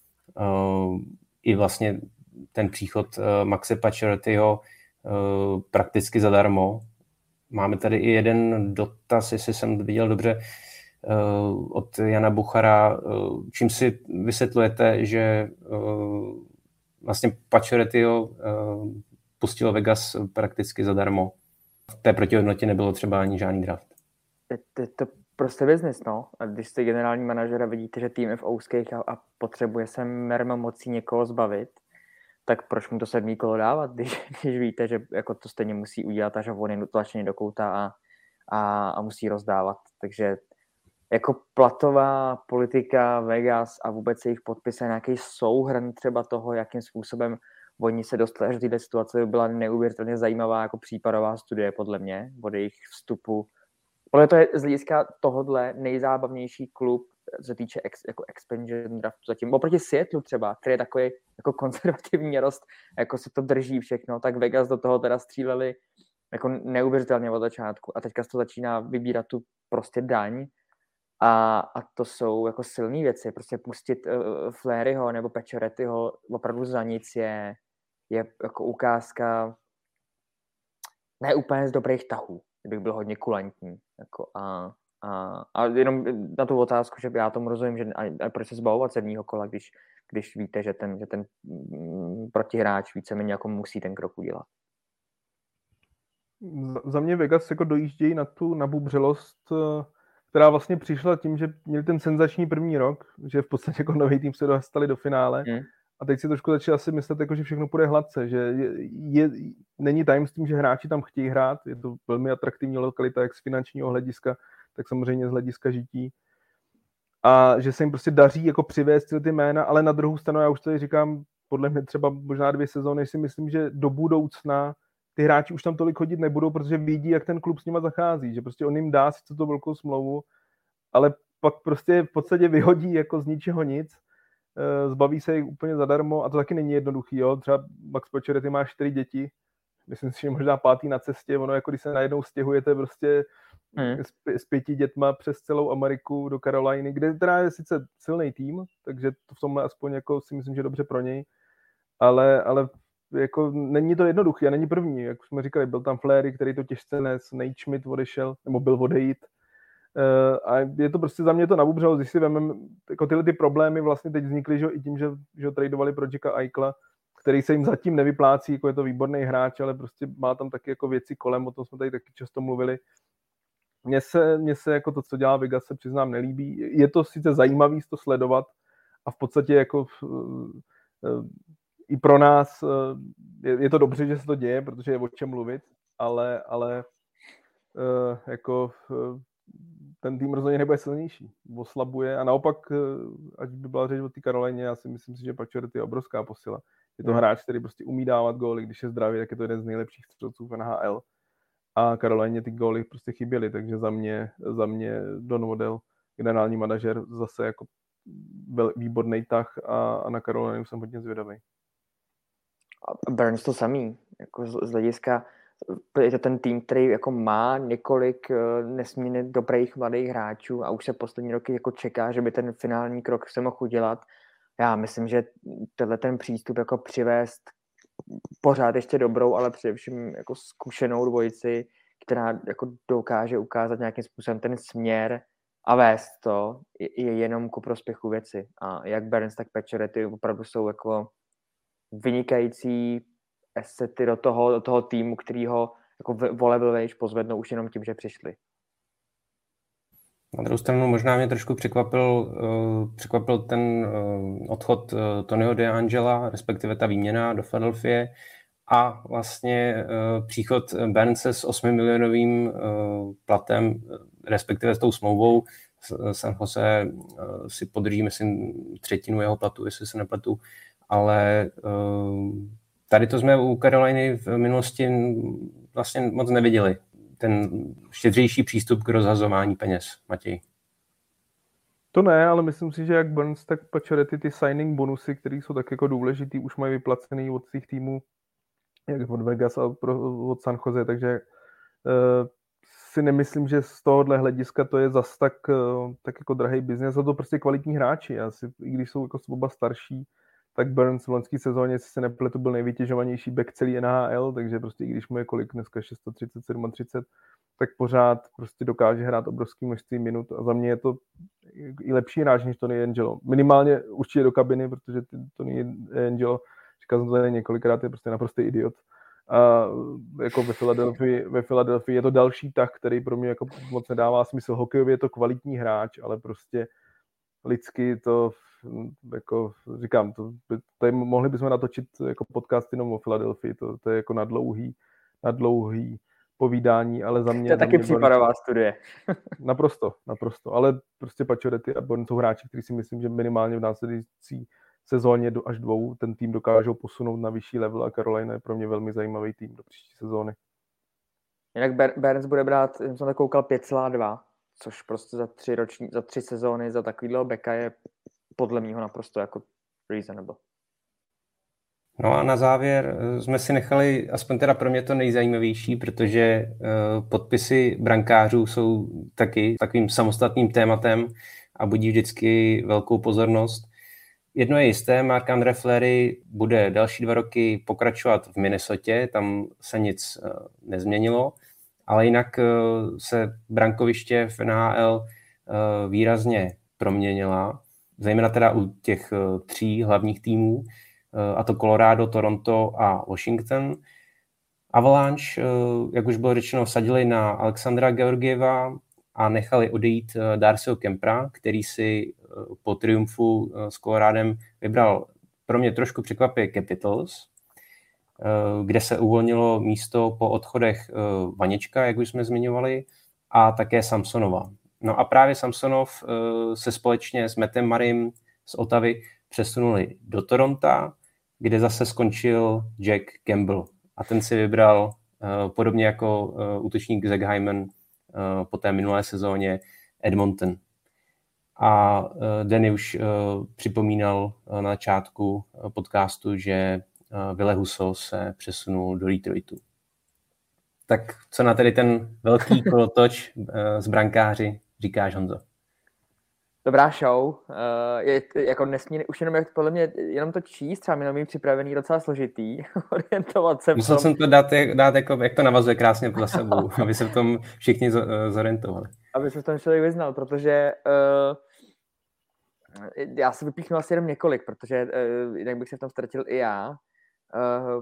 i vlastně ten příchod Maxe Paciorettyho prakticky zadarmo. Máme tady i jeden dotaz, jestli jsem viděl dobře, od Jana Buchara. Čím si vysvětlujete, že vlastně Paciorettyho pustilo Vegas prakticky zadarmo? V té protihodnotě nebylo třeba ani žádný draft. Je to prostě business, no. A když jste generální manažer a vidíte, že tým je v ouských a, a potřebuje se mermo mocí někoho zbavit, tak proč mu to sedmý kolo dávat, když, když víte, že jako to stejně musí udělat a že on je tlačený do kouta a, a, a musí rozdávat. Takže jako platová politika Vegas a vůbec jejich podpis je nějaký souhrn třeba toho, jakým způsobem oni se dostali až do této situace, by byla neuvěřitelně zajímavá jako případová studie podle mě, od jejich vstupu. Podle to je z hlediska tohodle nejzábavnější klub, co se týče ex, jako expansion draftu zatím. Oproti Seattle třeba, který je takový jako konzervativní rost, jako se to drží všechno, tak Vegas do toho teda stříleli jako neuvěřitelně od začátku a teďka se to začíná vybírat tu prostě daň A, a to jsou jako silné věci. Prostě pustit uh, Fleuryho nebo Paciorettyho opravdu za nic je, je jako ukázka ne úplně z dobrých tahů, kdybych byl hodně kulantní. Jako a, a, a jenom na tu otázku, že já tomu rozumím, že a, a proč se zbavovat sedmýho kola, když, když víte, že ten, že ten mm, protihráč víceméně jako musí ten krok udělat. Za mě Vegas jako dojíždějí na tu nabubřelost, která vlastně přišla tím, že měli ten senzační první rok, že v podstatě jako nový tým se dostali do finále. Hmm. A teď si trošku začali asi myslet, jako, že všechno půjde hladce, že je, je, není tajemstvím, že hráči tam chtějí hrát, je to velmi atraktivní lokalita, jak z finančního hlediska, tak samozřejmě z hlediska žití. A že se jim prostě daří jako přivést ty jména, ale na druhou stranu, já už tady říkám, podle mě třeba možná dvě sezóny, si myslím, že do budoucna ty hráči už tam tolik chodit nebudou, protože vidí, jak ten klub s nima zachází, že prostě on jim dá sice tu velkou smlouvu, ale pak prostě v podstatě vyhodí jako z ničeho nic, zbaví se jich úplně zadarmo a to taky není jednoduchý, jo. Třeba Max Pacioretty má čtyři děti, myslím si, že možná pátý na cestě, ono jako když se najednou stěhujete prostě hmm. s, s pěti dětma přes celou Ameriku do Caroliny, kde teda je sice silný tým, takže to v tomhle aspoň jako si myslím, že dobře pro něj, ale, ale jako není to jednoduchý a není první, jak jsme říkali, byl tam Fleury, který to těžce nes, Nate Schmidt odešel, nebo byl odejít. Uh, a je to prostě za mě to nabubřelo, když si vemem, jako tyhle ty problémy vlastně teď vznikly, že i tím, že, že ho tradovali pro Jacka Eichla, který se jim zatím nevyplácí, jako je to výborný hráč, ale prostě má tam taky jako věci kolem, o tom jsme tady taky často mluvili. Mně se, mně se jako to, co dělá Vegas, se přiznám nelíbí. Je to sice zajímavý to sledovat a v podstatě jako uh, uh, i pro nás uh, je, je to dobře, že se to děje, protože je o čem mluvit, ale, ale uh, jako uh, ten tým rozhodně nebude silnější, oslabuje a naopak, ať by byla řeč o té Karolíně, já si myslím si, že Pacioretty je obrovská posila. Je to hráč, který prostě umí dávat góly, když je zdravý, tak je to jeden z nejlepších střelců v N H L a Karolíně ty góly prostě chyběly, takže za mě, za mě Don Waddell, generální manažer, zase jako výborný tah a, a na Karolínu jsem hodně zvědavý. A Burns to samý, jako z, z hlediska je to ten tým, který jako má několik nesmírně dobrých mladých hráčů a už se poslední roky jako čeká, že by ten finální krok se mohl udělat. Já myslím, že tenhle ten přístup jako přivést pořád ještě dobrou, ale především jako zkušenou dvojici, která jako dokáže ukázat nějakým způsobem ten směr a vést to, je jenom ku prospěchu věci. A jak Burns, tak Pacioretty opravdu jsou jako vynikající asety do toho, do toho týmu, který ho jako volebl vejš pozvednou už jenom tím, že přišli. Na druhou stranu možná mě trošku překvapil, uh, překvapil ten uh, odchod uh, Tonyho DeAngela, respektive ta výměna do Philadelphie a vlastně uh, příchod Burnse s osmi milionovým uh, platem, respektive s tou smlouvou. San Jose uh, si podrží, myslím, třetinu jeho platu, jestli se nepletu, ale uh, tady to jsme u Caroliny v minulosti vlastně moc neviděli. Ten štědřejší přístup k rozhazování peněz, Matěj. To ne, ale myslím si, že jak Burns, tak Pacioretty ty signing bonusy, které jsou tak jako důležitý, už mají vyplacený od svých týmů, jak od Vegas a od San Jose, takže uh, si nemyslím, že z tohohle hlediska to je zas tak, uh, tak jako drahý biznes, a to prostě kvalitní hráči. Asi, i když jsou jako oba starší, tak Burns v loňské sezóně, jestli se nepletu, byl nejvytěžovanější back celý N H L, takže prostě i když mu je kolik dneska šest set třicet, sedm set třicet, tak pořád prostě dokáže hrát obrovský množství minut a za mě je to i lepší hráč než Tony Angelo. Minimálně určitě do kabiny, protože Tony Angelo, říkal jsem to tady několikrát, je prostě naprostý idiot. A jako ve Philadelphii, ve Philadelphii je to další tah, který pro mě jako moc nedává smysl. Hokejově je to kvalitní hráč, ale prostě lidsky to jako říkám, to, tady mohli bychom natočit jako podcast jenom o Philadelphii, to, to je jako na dlouhý, na dlouhý povídání, ale za mě... To je taky případová studie. Naprosto, naprosto, ale prostě Pacioretty a Burns jsou hráči, kteří si myslím, že minimálně v následující sezóně do, až dvou ten tým dokážou posunout na vyšší level a Carolina je pro mě velmi zajímavý tým do příští sezóny. Jinak Burns bude brát, jsem to koukal, pět celá dva, což prostě za tři, roční, za tři sezóny za takovýhle beka je podle mýho naprosto jako reasonable. No a na závěr jsme si nechali, aspoň teda pro mě to nejzajímavější, protože podpisy brankářů jsou taky takovým samostatným tématem a budí vždycky velkou pozornost. Jedno je jisté, Marc-André Fleury bude další dva roky pokračovat v Minnesotě, tam se nic nezměnilo, ale jinak se brankoviště v N H L výrazně proměnila, zejména teda u těch tří hlavních týmů, a to Colorado, Toronto a Washington. Avalanche, jak už bylo řečeno, vsadili na Alexandra Georgieva a nechali odejít Darcyho Kempera, který si po triumfu s Colorádem vybral pro mě trošku překvapivě Capitals, kde se uvolnilo místo po odchodech Vaněčka, jak už jsme zmiňovali, a také Samsonova. No a právě Samsonov se společně s Mattem Marrym z Ottavy přesunuli do Toronto, kde zase skončil Jack Campbell. A ten si vybral uh, podobně jako uh, útočník Zach Hyman uh, po té minulé sezóně Edmonton. A uh, Danny už uh, připomínal uh, na začátku uh, podcastu, že uh, Ville Husso se přesunul do Detroitu. Tak co na tedy ten velký kolotoč uh, z brankáři říkáš, Honzo? Dobrá show, uh, je jako nesmírně, už jenom jak podle mě, jenom to číst, třeba jenom mít připravený docela složitý, orientovat se v tom. Musel jsem to dát, dát jako, jak to navazuje krásně za sebou, aby se v tom všichni zorientovali. Aby se v tom člověk vyznal, protože uh, já si vypíchnu asi jenom několik, protože uh, jinak bych se v tom ztratil i já. Uh,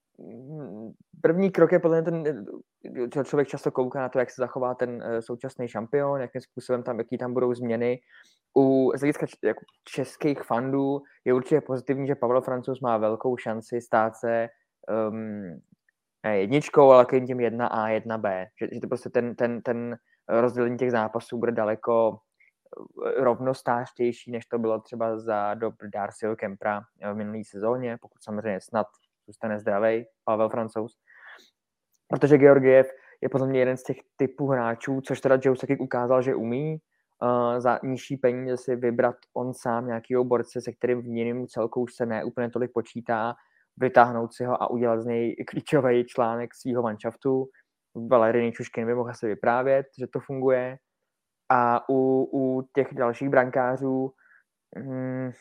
První krok je podle mě ten, člověk často kouká na to, jak se zachová ten současný šampion, jakým způsobem tam, jaký tam budou změny. U z hlediska jako českých fandů je určitě pozitivní, že Pavel Francouz má velkou šanci stát se um, ne jedničkou, ale takovým tím jedna A, jedna B. Že, že to prostě ten, ten, ten rozdělení těch zápasů bude daleko rovnostářtější, než to bylo třeba za dob Darcyho Kempera v minulý sezóně, pokud samozřejmě snad zůstane zdravej Pavel Francouz. Protože Georgiev je podle mě jeden z těch typů hráčů, což teda Joe Sakic ukázal, že umí uh, za nižší peníze si vybrat on sám nějakýho borce, se kterým v jiném celku už se ne úplně tolik počítá, vytáhnout si ho a udělat z něj klíčový článek svýho manšaftu. Valerij Nichuškin by mohl asi vyprávět, že to funguje. A u, u těch dalších brankářů hmm,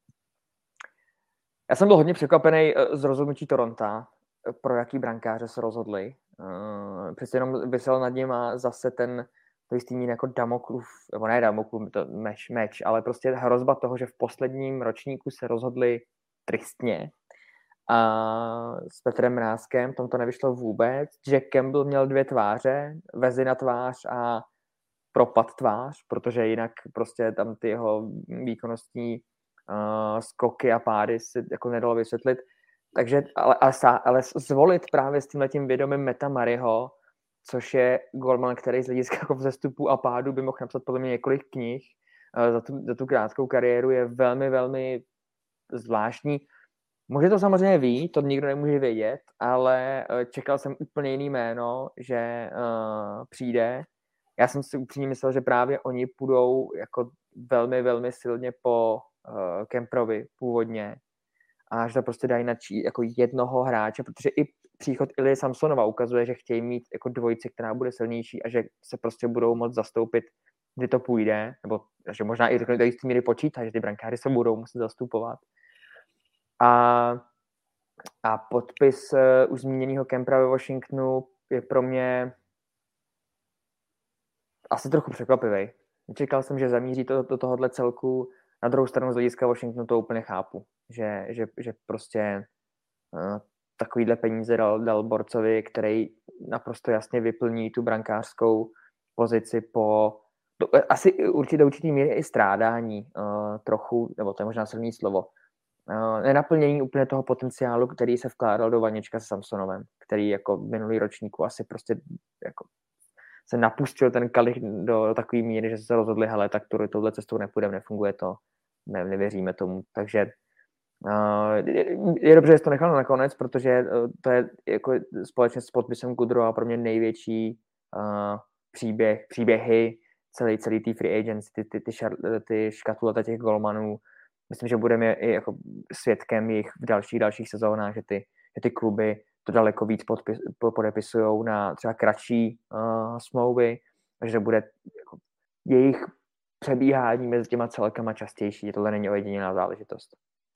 já jsem byl hodně překvapený z rozhodnutí Toronto, pro jaký brankáře se rozhodli. Přece jenom vysel nad ním a zase ten to jistý jako Damoklův, nebo ne Damoklův, to meč, meč, ale prostě hrozba toho, že v posledním ročníku se rozhodli tristně. A s Petrem Mrázkem tom to nevyšlo vůbec. Jack Campbell měl dvě tváře, vezi na tvář a propad tvář, protože jinak prostě tam ty jeho výkonnostní uh, skoky a pády si jako nedalo vysvětlit. Takže, ale, ale, ale zvolit právě s tímhletím vědomím Matta Murrayho, což je golman, který z hlediska jako vzestupu a pádu by mohl napsat podle mě několik knih uh, za, tu, za tu krátkou kariéru, je velmi, velmi zvláštní. Může to samozřejmě ví, to nikdo nemůže vědět, ale uh, čekal jsem úplně jiný jméno, že uh, přijde. Já jsem si upřímně myslel, že právě oni půjdou jako velmi, velmi silně po uh, Kemperovi původně a že to prostě dají na čí, jako jednoho hráče, protože i příchod Ilji Samsonova ukazuje, že chtějí mít jako dvojici, která bude silnější a že se prostě budou moct zastoupit, kdy to půjde, nebo že možná i do jistý míry počítat, že ty brankáři se budou muset zastupovat. A, a podpis uh, už zmíněného Kempera ve Washingtonu je pro mě asi trochu překvapivý. Čekal jsem, že zamíří to do tohohle celku. Na druhou stranu z hlediska Washingtonu to úplně chápu. Že, že, že prostě uh, takovýhle peníze dal, dal borcovi, který naprosto jasně vyplní tu brankářskou pozici po to, asi určitě určitý míry i strádání uh, trochu, nebo to je možná silný slovo, uh, nenaplnění úplně toho potenciálu, který se vkládal do Vaněčka s Samsonovem, který jako minulý ročníku asi prostě jako se napustil ten kalich do takové míry, že se rozhodli, hele, tak tu, touhle cestou nepůjdeme, nefunguje to, ne, nevěříme tomu. Takže uh, je, je dobře, že to nechal nakonec, protože uh, to je jako společně s podpisem Goodrowa pro mě největší uh, příběh, příběhy celý, celý tý free agency, ty, ty, ty, šar, ty škatulata těch golmanů, myslím, že budeme i jako svědkem jich v dalších dalších sezónách, že ty, že ty kluby to daleko víc podpis, podepisují na třeba kratší uh, smlouvy, že bude jako, jejich přebíhání mezi těma celkama častější, že tohle není ojedinělá záležitost.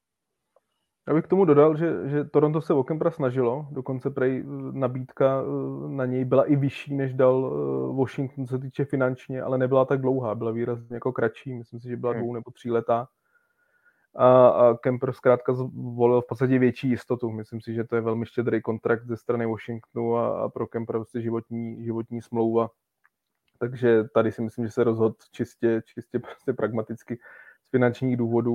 Já bych k tomu dodal, že, že Toronto se o Kempera snažilo, dokonce prej nabídka na něj byla i vyšší, než dal Washington, co se týče finančně, ale nebyla tak dlouhá, byla výrazně jako kratší, myslím si, že byla dvou nebo tří letá. A, a Kemper zkrátka zvolil v podstatě větší jistotu. Myslím si, že to je velmi štědrý kontrakt ze strany Washingtonu a, a pro Kempera prostě životní, životní smlouva. Takže tady si myslím, že se rozhodl čistě, čistě prostě pragmaticky z finančních důvodů.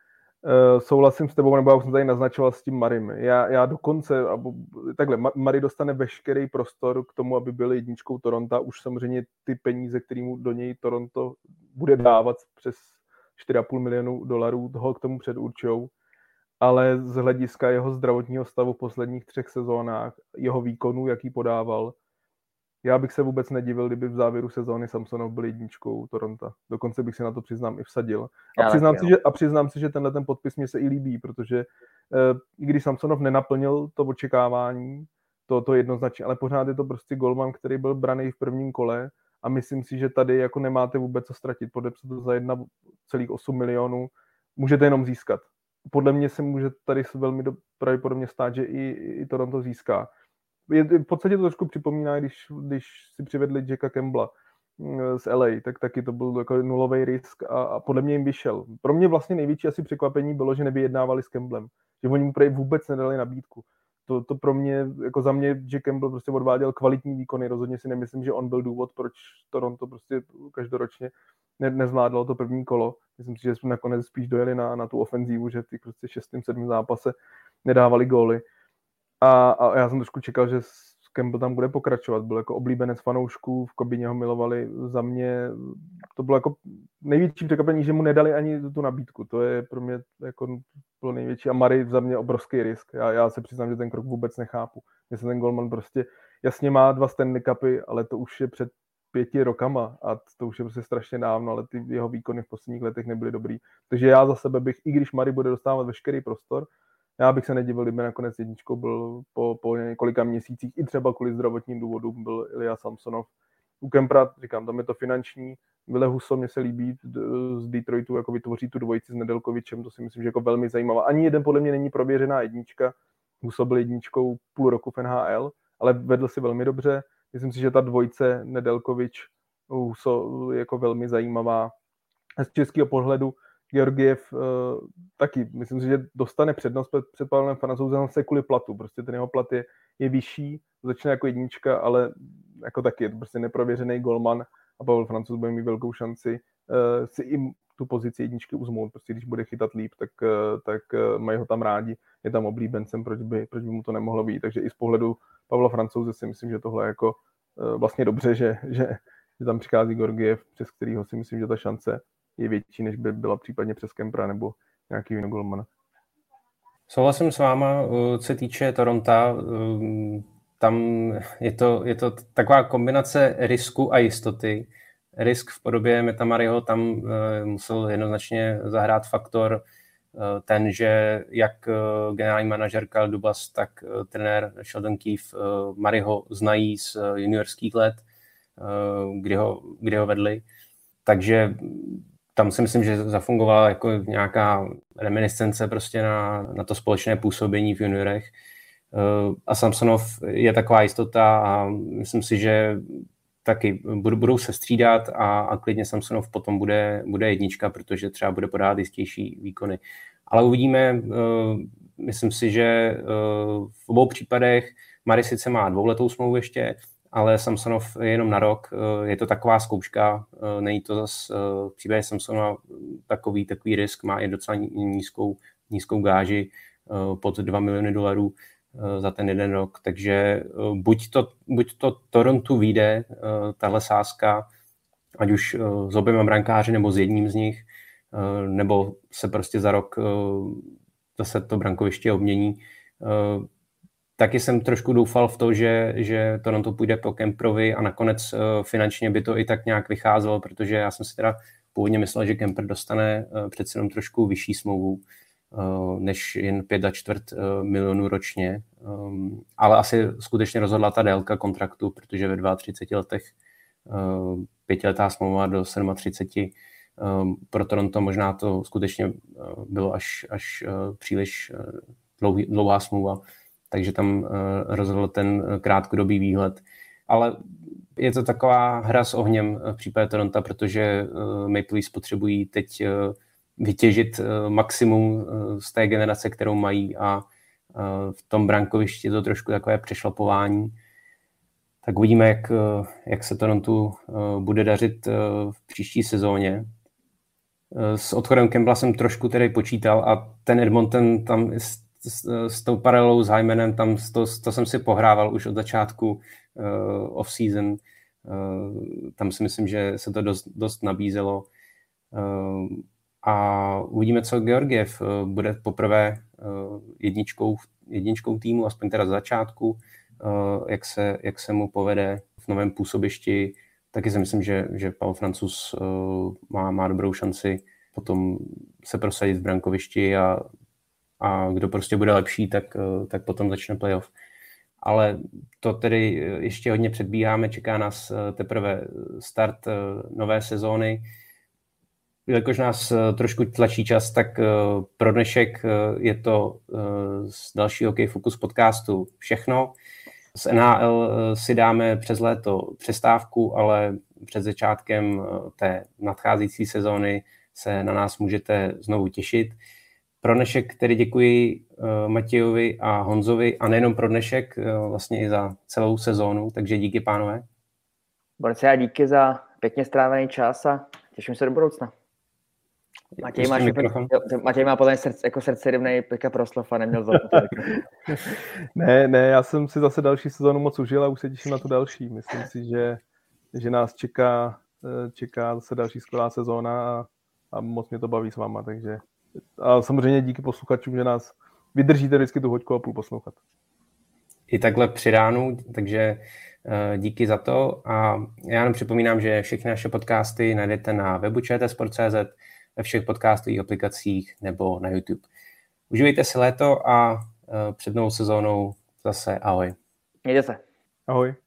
Uh, souhlasím s tebou, nebo já už jsem tady naznačoval s tím Marym. Já, já dokonce, abo, takhle, Murray dostane veškerý prostor k tomu, aby byl jedničkou Toronto. Už samozřejmě ty peníze, které mu do něj Toronto bude dávat přes čtyři a půl milionu dolarů, toho k tomu předurčujou. Ale z hlediska jeho zdravotního stavu v posledních třech sezónách, jeho výkonů, jaký podával, já bych se vůbec nedivil, kdyby v závěru sezóny Samsonov byl jedničkou Toronto. Dokonce bych si na to přiznám i vsadil. A přiznám, si, že, a přiznám si, že tenhle ten podpis mě se i líbí, protože eh, i když Samsonov nenaplnil to očekávání, to, to jednoznačně, ale pořád je to prostě golman, který byl braný v prvním kole a myslím si, že tady jako nemáte vůbec co ztratit. Podepsat to za jedna celá osm milionů můžete jenom získat. Podle mě se může tady velmi do, pravděpodobně stát, že i, i Toronto získá. Je, v podstatě to trošku připomíná, když, když si přivedli Jacka Campbella z L A, tak taky to byl jako nulový risk a, a podle mě jim vyšel. Pro mě vlastně největší asi překvapení bylo, že nevyjednávali s Campbellem, že oni mu vůbec nedali nabídku. To, to pro mě, jako za mě Jack Campbell prostě odváděl kvalitní výkony, rozhodně si nemyslím, že on byl důvod, proč Toronto prostě každoročně ne, nezvládlo to první kolo. Myslím si, že jsme nakonec spíš dojeli na, na tu ofenzívu, že v těch prostě šestém, sedmém zápase nedávali góly. A, a já jsem trošku čekal, že Campbell tam bude pokračovat. Byl jako oblíbenec fanoušků, v kabině ho milovali. Za mě to bylo jako největší překvapení, že mu nedali ani tu nabídku. To je pro mě jako bylo největší. A Murray za mě obrovský risk. Já, já se přiznám, že ten krok vůbec nechápu. Mně se ten golman prostě jasně má dva Stanley Cupy, ale to už je před pěti rokama a to už je prostě strašně dávno, ale ty jeho výkony v posledních letech nebyly dobrý. Takže já za sebe bych, i když Murray bude dostávat veškerý prostor, já bych se nedivil, kdyby nakonec jedničkou byl po, po několika měsících, i třeba kvůli zdravotním důvodům, byl Ilya Samsonov. U Kempera, říkám, tam je to finanční. Ville Husso mě se líbí z Detroitu, jako vytvoří tu dvojici s Nedelkovičem, to si myslím, že jako velmi zajímavá. Ani jeden podle mě není prověřená jednička. Husso byl jedničkou půl roku v N H L, ale vedl si velmi dobře. Myslím si, že ta dvojice Nedelkovič Husso je jako velmi zajímavá. Z českého pohledu Georgiev uh, taky, myslím si, že dostane přednost před, před Pavlem Francouzem se kvůli platu. Prostě ten jeho plat je, je vyšší, začne jako jednička, ale jako taky je to prostě neprověřený golman a Pavel Francouz bude mít velkou šanci uh, si i tu pozici jedničky uzmout. Prostě když bude chytat líp, tak, uh, tak uh, mají ho tam rádi, je tam oblíbencem, proč by, proč by mu to nemohlo být. Takže i z pohledu Pavla Francouze si myslím, že tohle je jako uh, vlastně dobře, že, že, že tam přichází Georgiev, přes kterýho si myslím, že ta šance je větší, než by byla případně přes Kempera nebo nějaký jiný golmana. Souhlasím s váma, co se týče Toronto, tam je to, je to taková kombinace risku a jistoty. Risk v podobě Meta Murrayho tam musel jednoznačně zahrát faktor ten, že jak generální manažer Kyle Dubas, tak trenér Sheldon Keefe Murrayho znají z juniorských let, kdy ho, kdy ho vedli. Takže tam si myslím, že zafungovala jako nějaká reminiscence prostě na, na to společné působení v juniorech. A Samsonov je taková jistota a myslím si, že taky budou se střídat a, a klidně Samsonov potom bude, bude jednička, protože třeba bude podávat jistější výkony. Ale uvidíme, myslím si, že v obou případech Murray sice má dvouletou smlouvu ještě, ale Samsonov je jenom na rok, je to taková zkouška, není to zase v případě Samsonova takový, takový risk, má i docela nízkou, nízkou gáži pod dva miliony dolarů za ten jeden rok, takže buď to, buď to Torontu vyjde, tahle sázka, ať už s oběma brankáři nebo s jedním z nich, nebo se prostě za rok zase to brankoviště obmění. Taky jsem trošku doufal v to, že, že Toronto půjde po Kemperovi a nakonec uh, finančně by to i tak nějak vycházelo, protože já jsem si teda původně myslel, že Kemper dostane přece jenom trošku vyšší smlouvu, než jen pět a čtvrt milionů ročně. Ale asi skutečně rozhodla ta délka kontraktu, protože ve třiceti dvou letech pětiletá smlouva do třiceti sedmi pro Toronto možná to skutečně bylo až, až příliš dlouhý, dlouhá smlouva, takže tam rozhodl ten krátkodobý výhled. Ale je to taková hra s ohněm v případě Toronto, protože Maple Leafs potřebují teď vytěžit maximum z té generace, kterou mají, a v tom brankovišti je to trošku takové přešlapování. Tak uvidíme, jak, jak se Toronto bude dařit v příští sezóně. S odchodem Campbella jsem trošku tedy počítal a ten Edmonton tam s, s, s tou paralelou s Hymanem, tam to, to jsem si pohrával už od začátku uh, off-season. Uh, tam si myslím, že se to dost, dost nabízelo. Uh, a uvidíme, co Georgiev uh, bude poprvé uh, jedničkou, jedničkou týmu, aspoň teda z začátku, uh, jak, se, jak se mu povede v novém působišti. Taky si myslím, že, že Pavel Francouz uh, má, má dobrou šanci potom se prosadit v brankovišti a, a kdo prostě bude lepší, tak, uh, tak potom začne playoff. Ale to tedy ještě hodně předbíháme, čeká nás uh, teprve start uh, nové sezóny. Jelikož nás uh, trošku tlačí čas, tak uh, pro dnešek uh, je to uh, z dalšího Hokej Focus podcastu všechno. Z N H L si dáme přes léto přestávku, ale před začátkem té nadcházející sezóny se na nás můžete znovu těšit. Pro dnešek tedy děkuji Matějovi a Honzovi, a nejenom pro dnešek, vlastně i za celou sezónu, takže díky, pánové. Borci, a díky za pěkně strávený čas a těším se do budoucna. Matěj, máš úplně, Matěj má podle srdce, jako srdce rybnej pěka proslov a neměl za to. ne, ne, já jsem si zase další sezónu moc užil a už se těším na tu další. Myslím si, že, že nás čeká, čeká zase další skvělá sezóna a, a moc mě to baví s váma. Takže, a samozřejmě díky posluchačům, že nás vydržíte vždycky tu hoďku a půl poslouchat. I takhle při ránu, takže díky za to. A já jenom připomínám, že všechny naše podcasty najdete na webu č t sport tečka cé zet, ve všech podcastových aplikacích nebo na YouTube. Užívejte si léto a před novou sezónou zase ahoj. Mějte se. Ahoj.